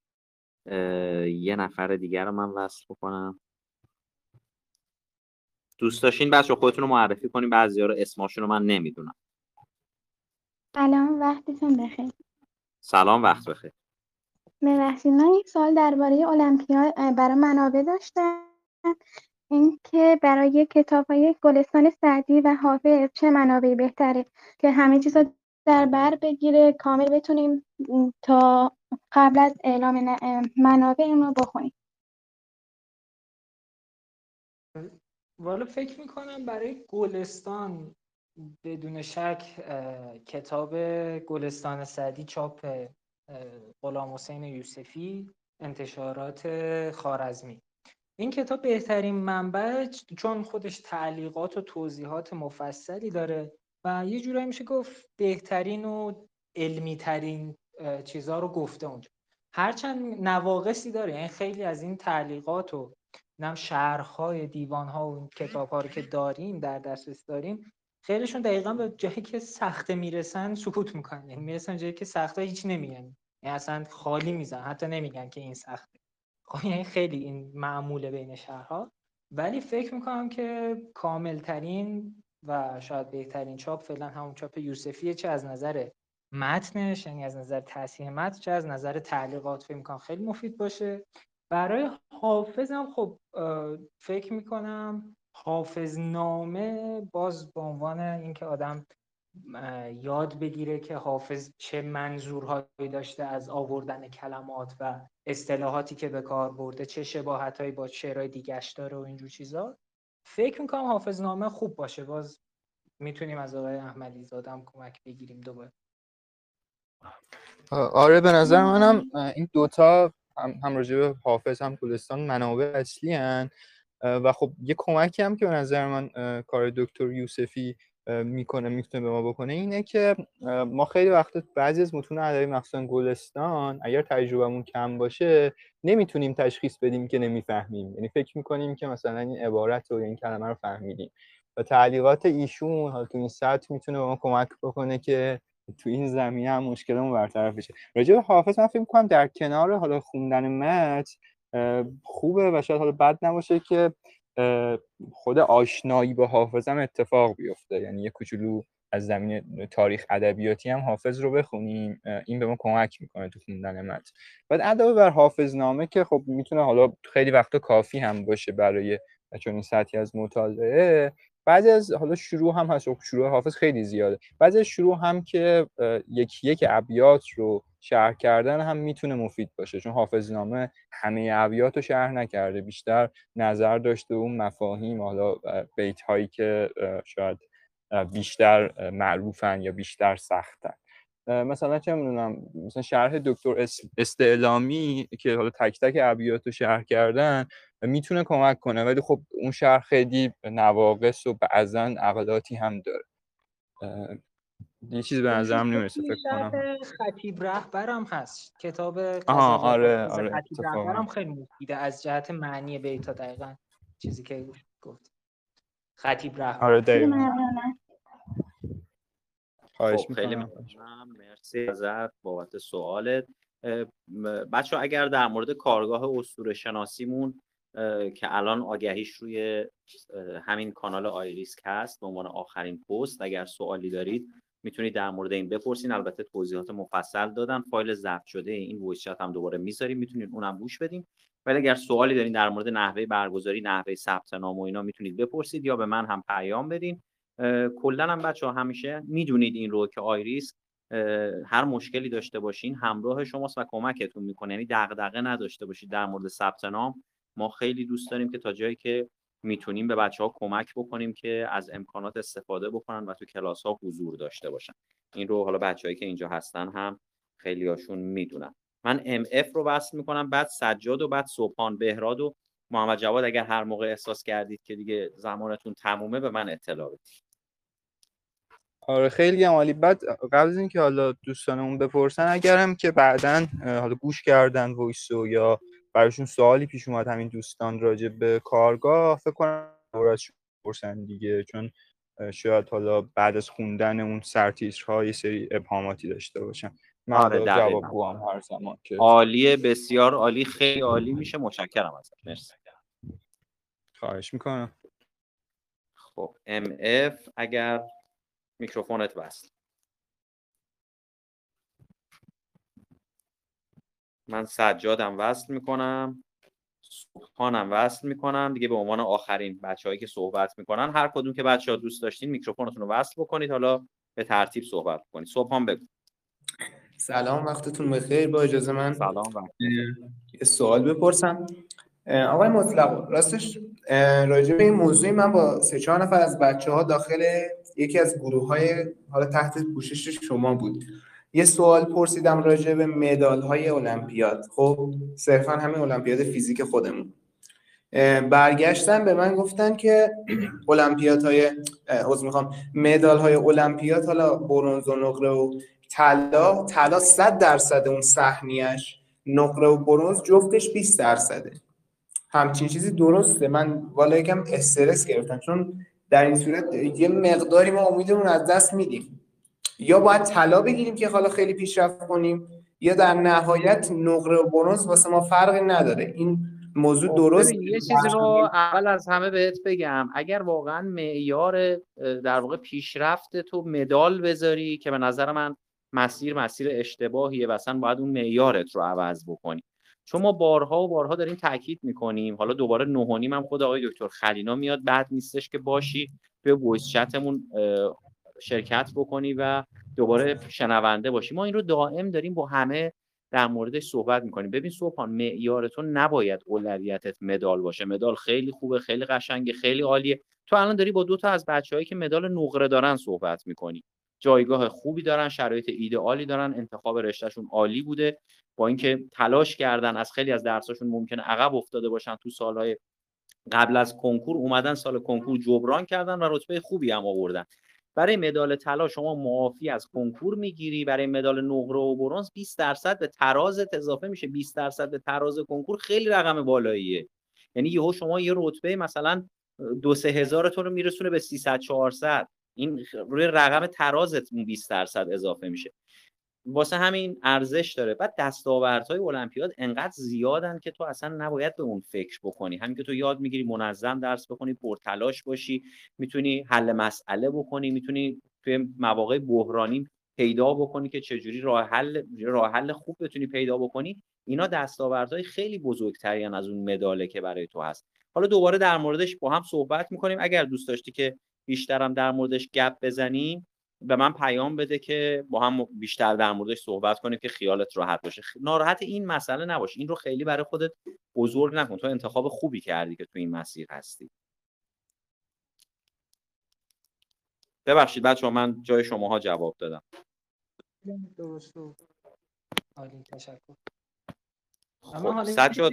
یه نفر دیگر رو من وصل بکنم. دوست داشتین بچه خودتون رو معرفی کنین، بعضیا رو اسماشون رو من نمیدونم. سلام، وقتتون بخیر. سلام، وقت بخیر. ببخشید من یک سوال درباره المپیاد برای منابع داشتم، اینکه برای کتاب‌های گلستان سعدی و حافظ چه منابعی بهتره که همه چیز رو در بر بگیره، کامل بتونیم تا قبل از اعلام منابع اون رو بخونیم. والا فکر میکنم برای گلستان بدون شک کتاب گلستان سعدی چاپ غلام حسین یوسفی، انتشارات خوارزمی، این کتاب بهترین منبع، چون خودش تعلیقات و توضیحات مفصلی داره و یه جورایی میشه گفت بهترین و علمی ترین چیزها رو گفته اونجا. هرچند نواقصی داره، یعنی خیلی از این تعلیقات و نم شرح‌های دیوان‌ها و کتاب‌ها رو که داریم در دسترس داریم، خیلیشون دقیقاً به جایی که سخته میرسن سکوت میکنن، یعنی میرسن جایی که سخته هیچ نمیگن، یعنی اصلا خالی میزن، حتی نمیگن که این سخته. خب یعنی خیلی این معموله بین شهرها، ولی فکر میکنم که کامل ترین و شاید بهترین چاپ فعلا همون چاپ یوسفیه، چه از نظر متنش، یعنی از نظر تصحیح متن، چه از نظر تعلیقات فکر میکنم خیلی مفید باشه. برای حافظم خب فکر میکنم حافظ نامه، باز به عنوان اینکه آدم یاد بگیره که حافظ چه منظورهایی داشته از آوردن کلمات و اصطلاحاتی که به کار برده، چه شباهتایی با شعرهای دیگه‌اش داره و اینجور چیزا، فکر میکنم حافظ نامه خوب باشه. باز میتونیم از آقای احمدی زاده هم کمک بگیریم دوباره. آره به نظر منم این دوتا هم, هم راجع به حافظ هم گلستان منابع اصلی هن و خب یه کمکی هم که به نظر من کار دکتر یوسفی میکنه میتونه به ما بکنه اینه که ما خیلی وقتا بعضی از متون ادبی مخصوصا گلستان اگر تجربهمون کم باشه نمیتونیم تشخیص بدیم که نمیفهمیم، یعنی فکر میکنیم که مثلا این عبارت رو یا این کلمه رو فهمیدیم و تعلیقات ایشون حالا تو این سطح میتونه به ما کمک بکنه که تو این زمینه هم مشکلمون برطرف بشه. راجع به حافظ من فکر می‌کنم در کنار حالا خوندن متن خوبه و شاید حالا بد نباشه که خود آشنایی با حافظ هم اتفاق بیفته، یعنی یه کوچولو از زمینه تاریخ ادبیاتی هم حافظ رو بخونیم، این به ما کمک میکنه تو خوندن متن. بعد علاوه بر حافظنامه که خب میتونه حالا خیلی وقتا کافی هم باشه برای چون این سطحی از مطالعه، بعضی از حالا شروع هم هست، شروع حافظ خیلی زیاده، بعضی از شروع هم که یکی یک ابیات رو شرح کردن هم میتونه مفید باشه، چون حافظنامه همه ابیات رو شرح نکرده، بیشتر نظر داشته اون مفاهیم حالا بیت هایی که شاید بیشتر معروفن یا بیشتر سختن. مثلا چه میدونم مثلا شرح دکتر استعلامی که حالا تک تک ابیات رو شرح کردن میتونه کمک کنه، ولی خب اون شرح خیلی نواقص و بعضا عقلاتی هم داره. یه چیز به نظرم نمیرسه فکر کنم. خطیب رهبرم هست، کتاب آها غزل آره حافظ آره خطیب رهبرم خیلی مفیده از جهت معنی بیتا، دقیقاً چیزی که گفت خطیب رهبر. آره دقیقاً. خب خیلی ممنونم، مرسی ازت بابت سوالت. بچه ها اگر در مورد کارگاه اسطوره شناسیمون که الان آگهیش روی همین کانال آیریسک هست به عنوان آخرین پست، اگر سوالی دارید میتونید در مورد این بپرسین. البته توضیحات مفصل دادم، فایل ضبط شده این وایس چت هم دوباره میذاریم، میتونید اونم گوش بدین. ولی اگر سوالی دارین در مورد نحوه برگزاری، نحوه ثبت نام و اینا میتونید بپرسید یا به من هم پیام بدین. کلا هم بچه‌ها همیشه میدونید این رو که آیریسک هر مشکلی داشته باشین همراه شماست و کمکتون میکنه، یعنی دغدغه نداشته باشید در مورد ثبت نام. ما خیلی دوست داریم که تا جایی که میتونیم به بچه‌ها کمک بکنیم که از امکانات استفاده بکنن و تو کلاس‌ها حضور داشته باشن. این رو حالا بچه‌هایی که اینجا هستن هم خیلی هاشون میدونن. من ام اف رو وصل میکنم، بعد سجاد و بعد صبحان بهراد و محمد جواد. اگر هر موقع احساس کردید که دیگه زمانتون تمومه به من اطلاع بدید. آره خیلی عالی. بعد قبل از اینکه حالا دوستانمون بپرسن، اگرم که بعداً حالا گوش کردن وایسو یا براشون سوالی پیش اومد همین دوستان راجع به کارگاه، فکر کنم ازشون بپرسن دیگه، چون شاید حالا بعد از خوندن اون سرتیترها یه سری ابهاماتی داشته باشن. من آره جوابگو هم هر زمان که عالیه، بسیار عالی، خیلی عالی میشه. متشکرم ازت، مرسی. خواهش میکنم. خب ام اف اگر میکروفونت وصل. من سجادم وصل میکنم، صبحانم وصل میکنم دیگه. به عنوان آخرین بچه‌هایی که صحبت میکنن، هر کدوم که بچه‌ها دوست داشتین میکروفونتون رو وصل بکنید، حالا به ترتیب صحبت کنید. صبحان بگو. سلام، وقتتون بخیر. با اجازه من سلام وقت یه سوال بپرسم. آقای مطلق، راستش راجع به این موضوع من با سه چهار نفر از بچه‌ها داخل یکی از گروه‌های حالا تحت پوشش شما بود یه سوال پرسیدم راجع به مدال‌های المپیاد. خب صرفا همین المپیاد فیزیک خودمون برگشتن به من گفتن که المپیادهای عذر میخوام مدال‌های المپیاد، حالا برنز و نقره و طلا، طلا صد درصد اون سهمیش، نقره و برنز جفتش بیست درصده. همچین چیزی درسته؟ من والا یکم استرس گرفتم، چون در این صورت یه مقداری ما امیدمون از دست میدیم. یا باید طلا بگیریم که حالا خیلی پیشرفت کنیم، یا در نهایت نقره و برنز واسه ما فرقی نداره. این موضوع درست؟ یه چیزی رو اول از همه بهت بگم، اگر واقعا معیار در واقع پیشرفت تو مدال بذاری که به نظر من مسیر مسیر اشتباهیه و اصلا باید اون معیارت رو عوض بکنی. چون ما بارها و بارها داریم تاکید میکنیم، حالا دوباره نه و نیم هم خود آقای دکتر خلینا میاد، بعد نیستش که باشی توی وایس چتمون شرکت بکنی و دوباره شنونده باشی. ما این رو دائم داریم با همه در موردش صحبت میکنیم. ببین صبحان، معیارتون نباید اولویتت مدال باشه. مدال خیلی خوبه، خیلی قشنگه، خیلی عالیه. تو الان داری با دو تا از بچه‌هایی که مدال نقره دارن صحبت میکنی. جایگاه خوبی دارن، شرایط ایدئالی دارن، انتخاب رشتهشون عالی بوده، با اینکه تلاش کردن از خیلی از درساشون ممکنه عقب افتاده باشن تو سالهای قبل از کنکور، اومدن سال کنکور جبران کردن و رتبه خوبی هم آوردن. برای مدال طلا شما معافی از کنکور میگیری، برای مدال نقره و برنز بیست درصد به ترازت اضافه میشه. بیست درصد به تراز کنکور خیلی رقم بالاییه، یعنی یهو شما یه رتبه مثلا دو سه هزارتون رو میرسونه به سیصد چهارصد، این روی رقم ترازت اون بیست درصد اضافه میشه. واسه همین ارزش داره. بعد دستاوردهای المپیاد انقدر زیادن که تو اصلا نباید به اون فکر بکنی. همین که تو یاد میگیری منظم درس بخونی، پرتلاش باشی، میتونی حل مسئله بکنی، میتونی توی مواقع بحرانی پیدا بکنی که چجوری راه حل راه حل خوب بتونی پیدا بکنی. اینا دستاوردهای خیلی بزرگتری از اون مداله که برای تو هست. حالا دوباره در موردش با هم صحبت میکنیم. اگر دوست داشتی که بیشترم در موردش گپ بزنیم به من پیام بده که با هم بیشتر در موردش صحبت کنیم که خیالت راحت باشه. ناراحت این مسئله نباش، این رو خیلی برای خودت بزرگ نکن. تو انتخاب خوبی کردی که تو این مسیر هستی. ببخشید بچه‌ها من جای شماها جواب دادم. درست و عالی، تشکر. اما حالا سجاد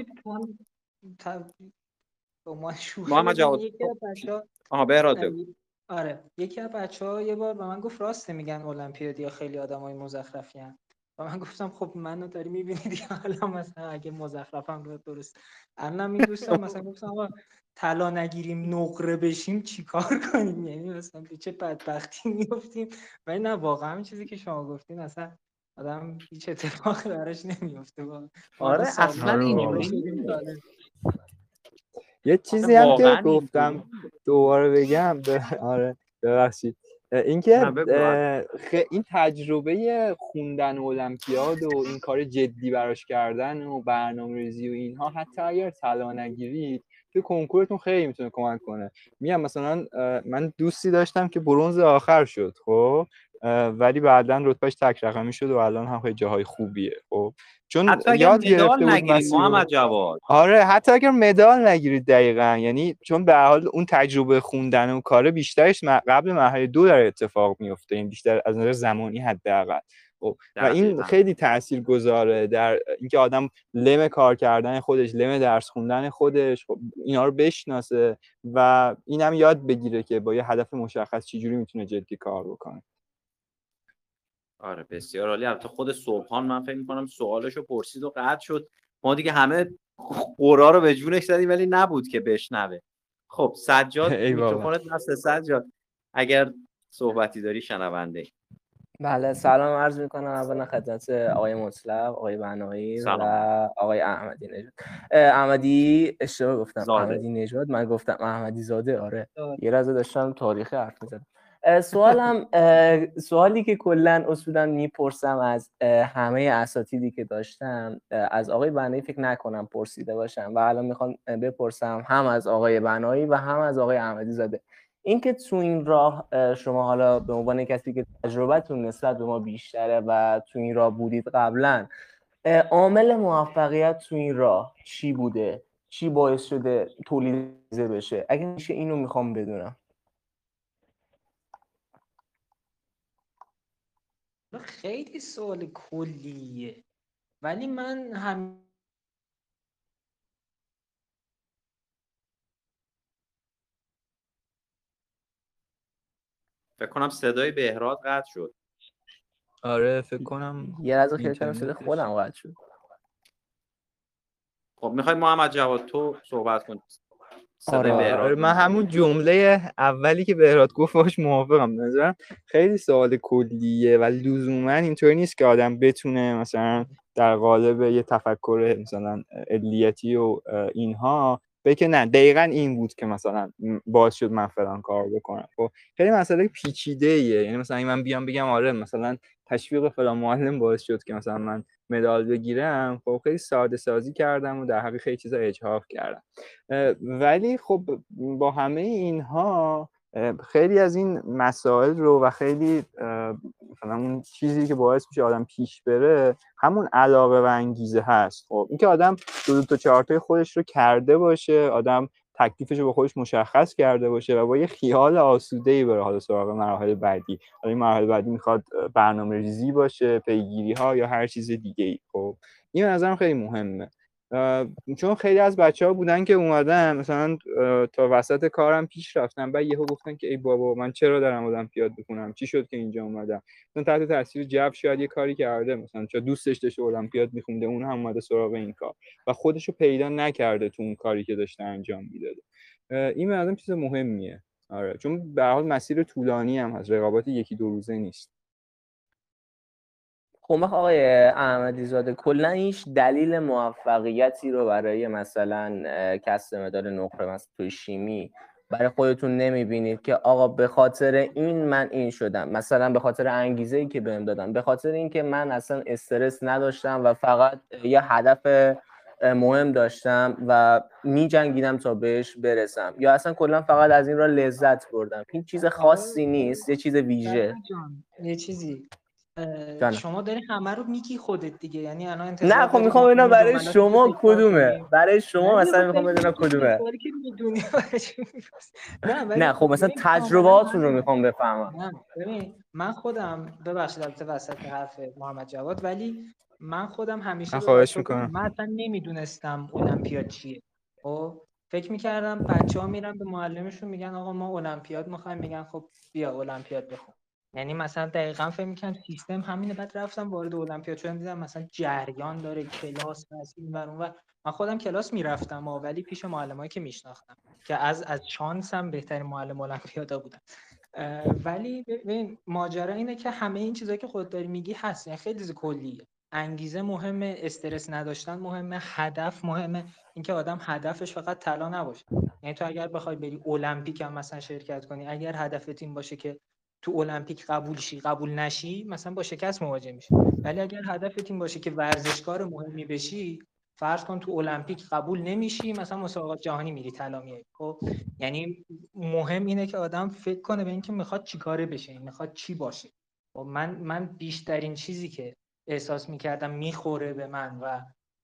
محمد جواد آها بهراد بگو. آره یکی از بچه‌ها یه بار به من گفت راسته میگن المپیادیا خیلی آدمای مزخرفی ان. و من گفتم خب منو داری میبینید یا حالا مثلا اگه مزخرفم رو درست. الانم این دوستان مثلا گفتم آقا طلا نگیریم نقره بشیم چیکار کنیم، یعنی مثلا به چه بدبختی میافتیم. ولی نه واقعا این چیزی که شما گفتین اصلا آدم هیچ اتفاقی براش نمیفته. آره اصلا اینجوری یه چیزی هم که گفتم دوباره بگم آره ببخشید اینکه این تجربه خوندن المپیاد و این کار جدی براش کردن و برنامه‌ریزی و اینها حتی اگر طلا نگیرید تو کنکورتون خیلی میتونه کمک کنه. میگم مثلا من دوستی داشتم که برنز آخر شد خب، ولی بعداً رتبهش تک رقمی شد و الان هم خیلی جاهای خوبیه خب، چون یاد گرفته بود مسیر محمد جواد. آره حتی اگر مدال نگیرید دقیقاً، یعنی چون به هر حال اون تجربه خوندن و کار بیشترش قبل مرحله دو داره اتفاق میفته، این بیشتر از نظر زمانی حداقل خب، و این خیلی تاثیرگذاره در اینکه آدم لم کار کردن خودش، لم درس خوندن خودش خب اینا رو بشناسه و اینم یاد بگیره که با یه هدف مشخص چجوری میتونه جدی کار بکنه. آره بسیار عالی. البته خود صبحان من فکر می‌کنم سوالشو پرسید و قطع شد، ما دیگه همه قرا رو به جونش زدیم ولی نبود که بشنوه. خب سجاد میکروفونت بسته. سجاد اگر صحبتی داری شنونده. بله سلام عرض میکنم اولا خدمت آقای مطلق، آقای بنایی و آقای احمدی نژاد. احمدی اشتباه گفتم زاده. احمدی نژاد من گفتم احمدی زاده. آره یه لحظه داشتم تاریخی حرف می‌زدم. سوالم سوالی که کلا اصولا میپرسم از همه اساتیدی که داشتم، از آقای بنایی فکر نکنم پرسیده باشم و الان میخوام بپرسم هم از آقای بنایی و هم از آقای احمدی زاده. این که تو این راه شما حالا به عنوان کسی که تجربتون نسبت به ما بیشتره و تو این راه بودید قبلا، عامل موفقیت تو این راه چی بوده؟ چی باعث شده تولیده بشه؟ اگه میشه اینو میخوام بدونم. خیلی سوال کلیه ولی من هم فکر کنم صدای بهراد قطع شد. آره فکر کنم یه لحظه خیلی کنم صدای خودم قطع شد. خب میخوای محمد جواد تو صحبت کن. آره, آره من همون جمله اولی که بهراد گفت باش موافقم. نظرم خیلی سوال کلیه ولی لزوما اینطوری نیست که آدم بتونه مثلا در قالب یه تفکر مثلا علیتی و اینها بگه نه دقیقاً این بود که مثلا باعث شد من فلان کار بکنم. خب خیلی مسئله پیچیده ایه، یعنی مثلا من بیام بگم آره مثلا تشویق فلان معلم باعث شد که مثلا من مدال بگیرم، خب خیلی ساده سازی کردم و در حقیقت خیلی چیزا اجحاف کردم. ولی خب با همه اینها خیلی از این مسائل رو و خیلی مثلا اون چیزی که باعث میشه آدم پیش بره همون علاقه و انگیزه هست. خب اینکه آدم دو دو تا چهار تای خودش رو کرده باشه، آدم تکلیفش رو با خودش مشخص کرده باشه و با یه خیال آسوده‌ای بره حالا سراغ مراحل بعدی. حالا این مراحل بعدی میخواد برنامه‌ریزی باشه، پیگیری‌ها یا هر چیز دیگه‌ای. خب این به نظرم خیلی مهمه، چون خیلی از بچه‌ها بودن که اومدن مثلا تا وسط کارم پیش رفتن، بعد یهو گفتن که ای بابا من چرا دارم المپیاد بخونم، چی شد که اینجا اومدم. مثلا تحت تاثیر جو شاید یه کاری کرده، مثلا چون دوستش داشته المپیاد میخونده اون هم اومده سراغ این کار و خودشو پیدا نکرده تو اون کاری که داشته انجام میداده. این به نظرم چیز مهمیه. آره، چون به هر حال مسیر طولانی هم هست، رقابت یکی دو روزه نیست. خب آقای احمدی زاده کلا هیچ دلیل موفقیتی رو برای مثلا کسب مدال نقره مثلا توی شیمی برای خودتون نمیبینید که آقا به خاطر این من این شدم، مثلا به خاطر انگیزه‌ای که بهم دادن، به خاطر اینکه من اصلا استرس نداشتم و فقط یه هدف مهم داشتم و میجنگیدم تا بهش برسم، یا اصلا کلا فقط از این را لذت بردم؟ این چیز خاصی نیست، یه چیز ویژه. یه چیزی شما داری همه رو میگی خودت دیگه، یعنی الان انتظار نه خب میخوام ببینم برای شما کدومه، برای شما مثلا میخوام بدونم کدومه. نه نه خب مثلا تجربهاتون رو میخوام بفهمم. نه ببین من خودم، ببخشید البته وسط حرف محمد جواد، ولی من خودم همیشه به خواهش بچه‌ها میکنم. من اصلا نمیدونستم المپیاد چیه. خب فکر میکردم بچه‌ها میرن به معلمشون میگن آقا ما المپیاد میخوایم، میگن خب بیا المپیاد بخون. یعنی مثلا دقیقاً فکر می‌کنم سیستم همینه. بعد رفتم وارد المپیاد شدم دیدم مثلا جریان داره، کلاس هست این ور اون ور. من خودم کلاس میرفتم ولی پیش معلمایی که میشناختم که از از شانسم بهترین معلم المپیادا بودن. ولی ببین ماجرا اینه که همه این چیزایی که خودت داری میگی هست، یعنی خیلی چیز کلیه. انگیزه مهمه، استرس نداشتن مهمه، هدف مهمه، اینکه آدم هدفش فقط طلا نباشه. یعنی تو اگر بخوای بری المپیک هم مثلا شرکت کنی، اگر هدفت این باشه که تو المپیک قبول شی قبول نشی، مثلا با شکست مواجه میشی. ولی اگر هدفت این باشه که ورزشکار مهمی بشی، فرض کن تو المپیک قبول نمیشی، مثلا مسابقات جهانی میری طلا میاری. خب یعنی مهم اینه که آدم فکر کنه به اینکه میخواد چیکاره بشه، میخواد چی باشه. خب من من بیشترین چیزی که احساس میکردم میخوره به من و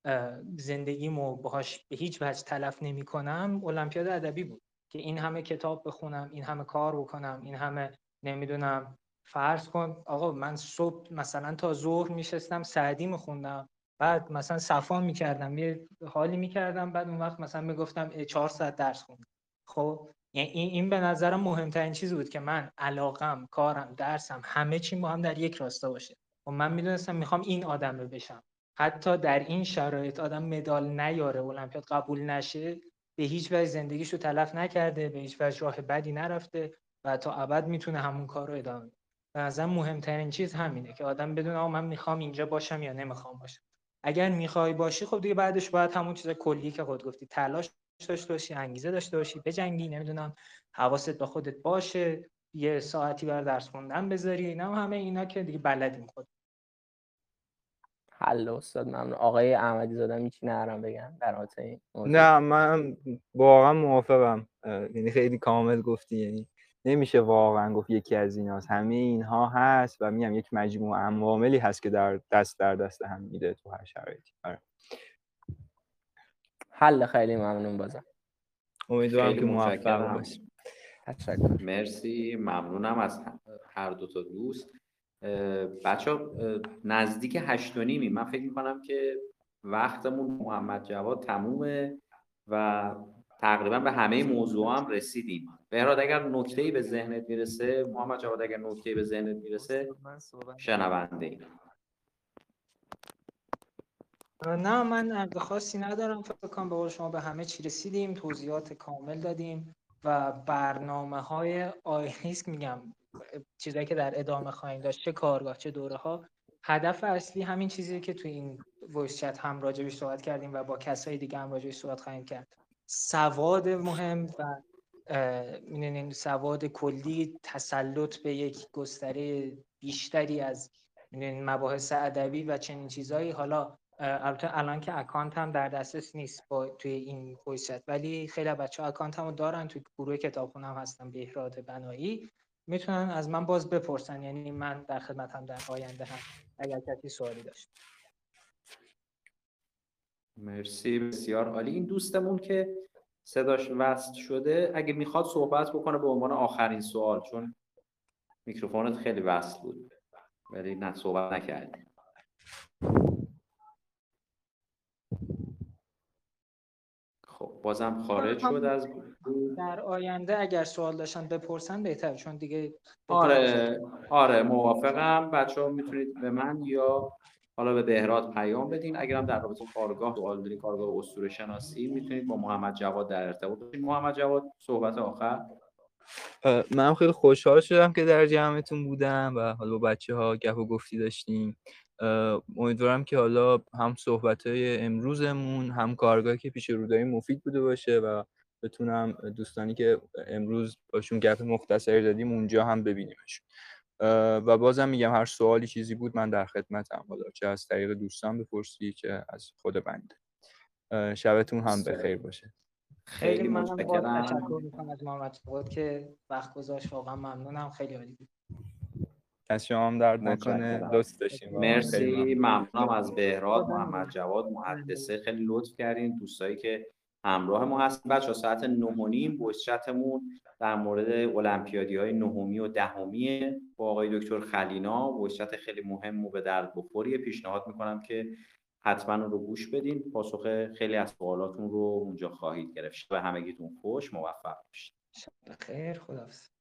زندگیمو باهاش به هیچ وجه تلف نمیکنم المپیاد ادبی بود، که این همه کتاب بخونم، این همه کار بکنم، این همه نمیدونم. فرض کن آقا من صبح مثلا تا ظهر میشستم سعدی میخوندم، بعد مثلا صفا میکردم، یه حالی میکردم، بعد اون وقت مثلا میگفتم چهار ساعت درس خوندم. خب یعنی این این به نظرم مهمترین چیز بود که من علاقم، کارم، درسم، همه چی با هم در یک راستا باشه. و من میدونستم میخوام این آدم رو بشم. حتی در این شرایط آدم مدال نیاره، المپیاد قبول نشه، به هیچ وجه زندگیشو تلف نکرده، به هیچ وجه راه بدی نرفته و تا ابد میتونه همون کار رو ادامه بده. به نظرم مهمترین چیز همینه که آدم بدونه آقا من میخوام اینجا باشم یا نمیخوام باشم. اگر میخوای باشی خب دیگه بعدش باید همون چیز کلی که خود گفتی تلاش داشته باشی، انگیزه داشته باشی، بجنگی، نمیدونم حواست به خودت باشه، یه ساعتی بر درس خوندن بذاری، اینا همه اینا که دیگه بلدیم خود. حل استاد ممنون. آقای احمدی زاده هیچی ندارم بگم در مورد این موضوع؟ نه من واقعا موافقم، یعنی خیلی کامل گفتی، یعنی نمیشه واقعا گفت یکی از ایناست، همه اینها هست و میگم یک مجموعه عواملی هست که در دست در دست هم میده تو هر شرایطی. آره. حل خیلی ممنون بازم. امیدوارم که موفق باشیم. تشکر. مرسی، ممنونم از هر دو تا دوست. بچه‌ها نزدیک هشت و نیمی، من فکر میکنم که وقتمون محمد جواد تمومه و تقریبا به همه موضوع هم رسیدیم. بهراد اگر نکته‌ای به ذهنت میرسه، محمد جواد اگر نکته‌ای به ذهنت میرسه شنونده ایم. نه من عرض خاصی ندارم، فکر کنم به قول شما به همه چی رسیدیم، توضیحات کامل دادیم و برنامه‌های آینیسک میگم چیزایی که در ادامه خواهیم داشت، چه کارگاه چه دوره ها، هدف اصلی همین چیزیه که تو این وایس چت هم راجعش صحبت کردیم و با کسای دیگه هم راجعش صحبت خواهیم کرد. سواد مهم و می‌دونین سواد کلی، تسلط به یک گستره بیشتری از می‌دونین مباحث ادبی و چنین چیزایی. حالا البته الان که اکانت هم در دسترس نیست با توی این وایس چت، ولی خیلی از بچه‌ها اکانت همو دارن، توی گروه کتابخونه هم هستن، بهراد بنایی، میتونن از من باز بپرسن، یعنی من در خدمتم در آینده هم اگر کسی سوالی داشت. مرسی، بسیار عالی. این دوستمون که صداش وصل شده، اگه میخواد صحبت بکنه به عنوان آخرین سوال، چون میکروفونت خیلی وصل بود ولی نه صحبت نکردی. خب بازم خارج شد از در آینده اگر سوال داشتن بپرسن بهتر، چون دیگه آره آره موافقم. بچه‌ها میتونید به من یا حالا به بهراد پیام بدین. اگرم در رابطه کارگاه سوال دارید، کارگاه اسطوره شناسی، میتونید با محمد جواد در ارتباط باشید. محمد جواد صحبت آخر. من خیلی خوشحال شدم که در جمعتون بودم و حالا با بچه‌ها گپ و گفتی داشتیم. امیدوارم که حالا هم صحبت‌های امروزمون هم کارگاهی که پیش رو داریم مفید بوده باشه و بتونم دوستانی که امروز باشون گپ مختصری دادیم اونجا هم ببینیمشون. و بازم میگم هر سوالی چیزی بود من در خدمتم، حالا چه از طریق دوستان بپرسی چه از خود بنده. شبتون هم بخیر باشه. خیلی ممنونم. باز تشکر میکنم از محمد جواد که وقت گذاشت، واقعا ممنونم، خیلی عالی بود. از شما هم درد نکنه، دوست داشتیم. مرسی، ممنونم از بهراد، محمد جواد محدثه، خیلی لطف کردین. دوستایی که همراه ما هستن بچه‌ها، ساعت نه و نیم وایس چتمون در مورد المپیادی‌های نهمی و دهمی با آقای دکتر خلینا، وایس چت خیلی مهم و به درد بخوریه. پیشنهاد میکنم که حتما رو گوش بدین، پاسخ خیلی از سوالاتون رو اونجا خواهید گرفت. به همگیتون خوش، موفق باشید. شب بخیر، خداحافظ.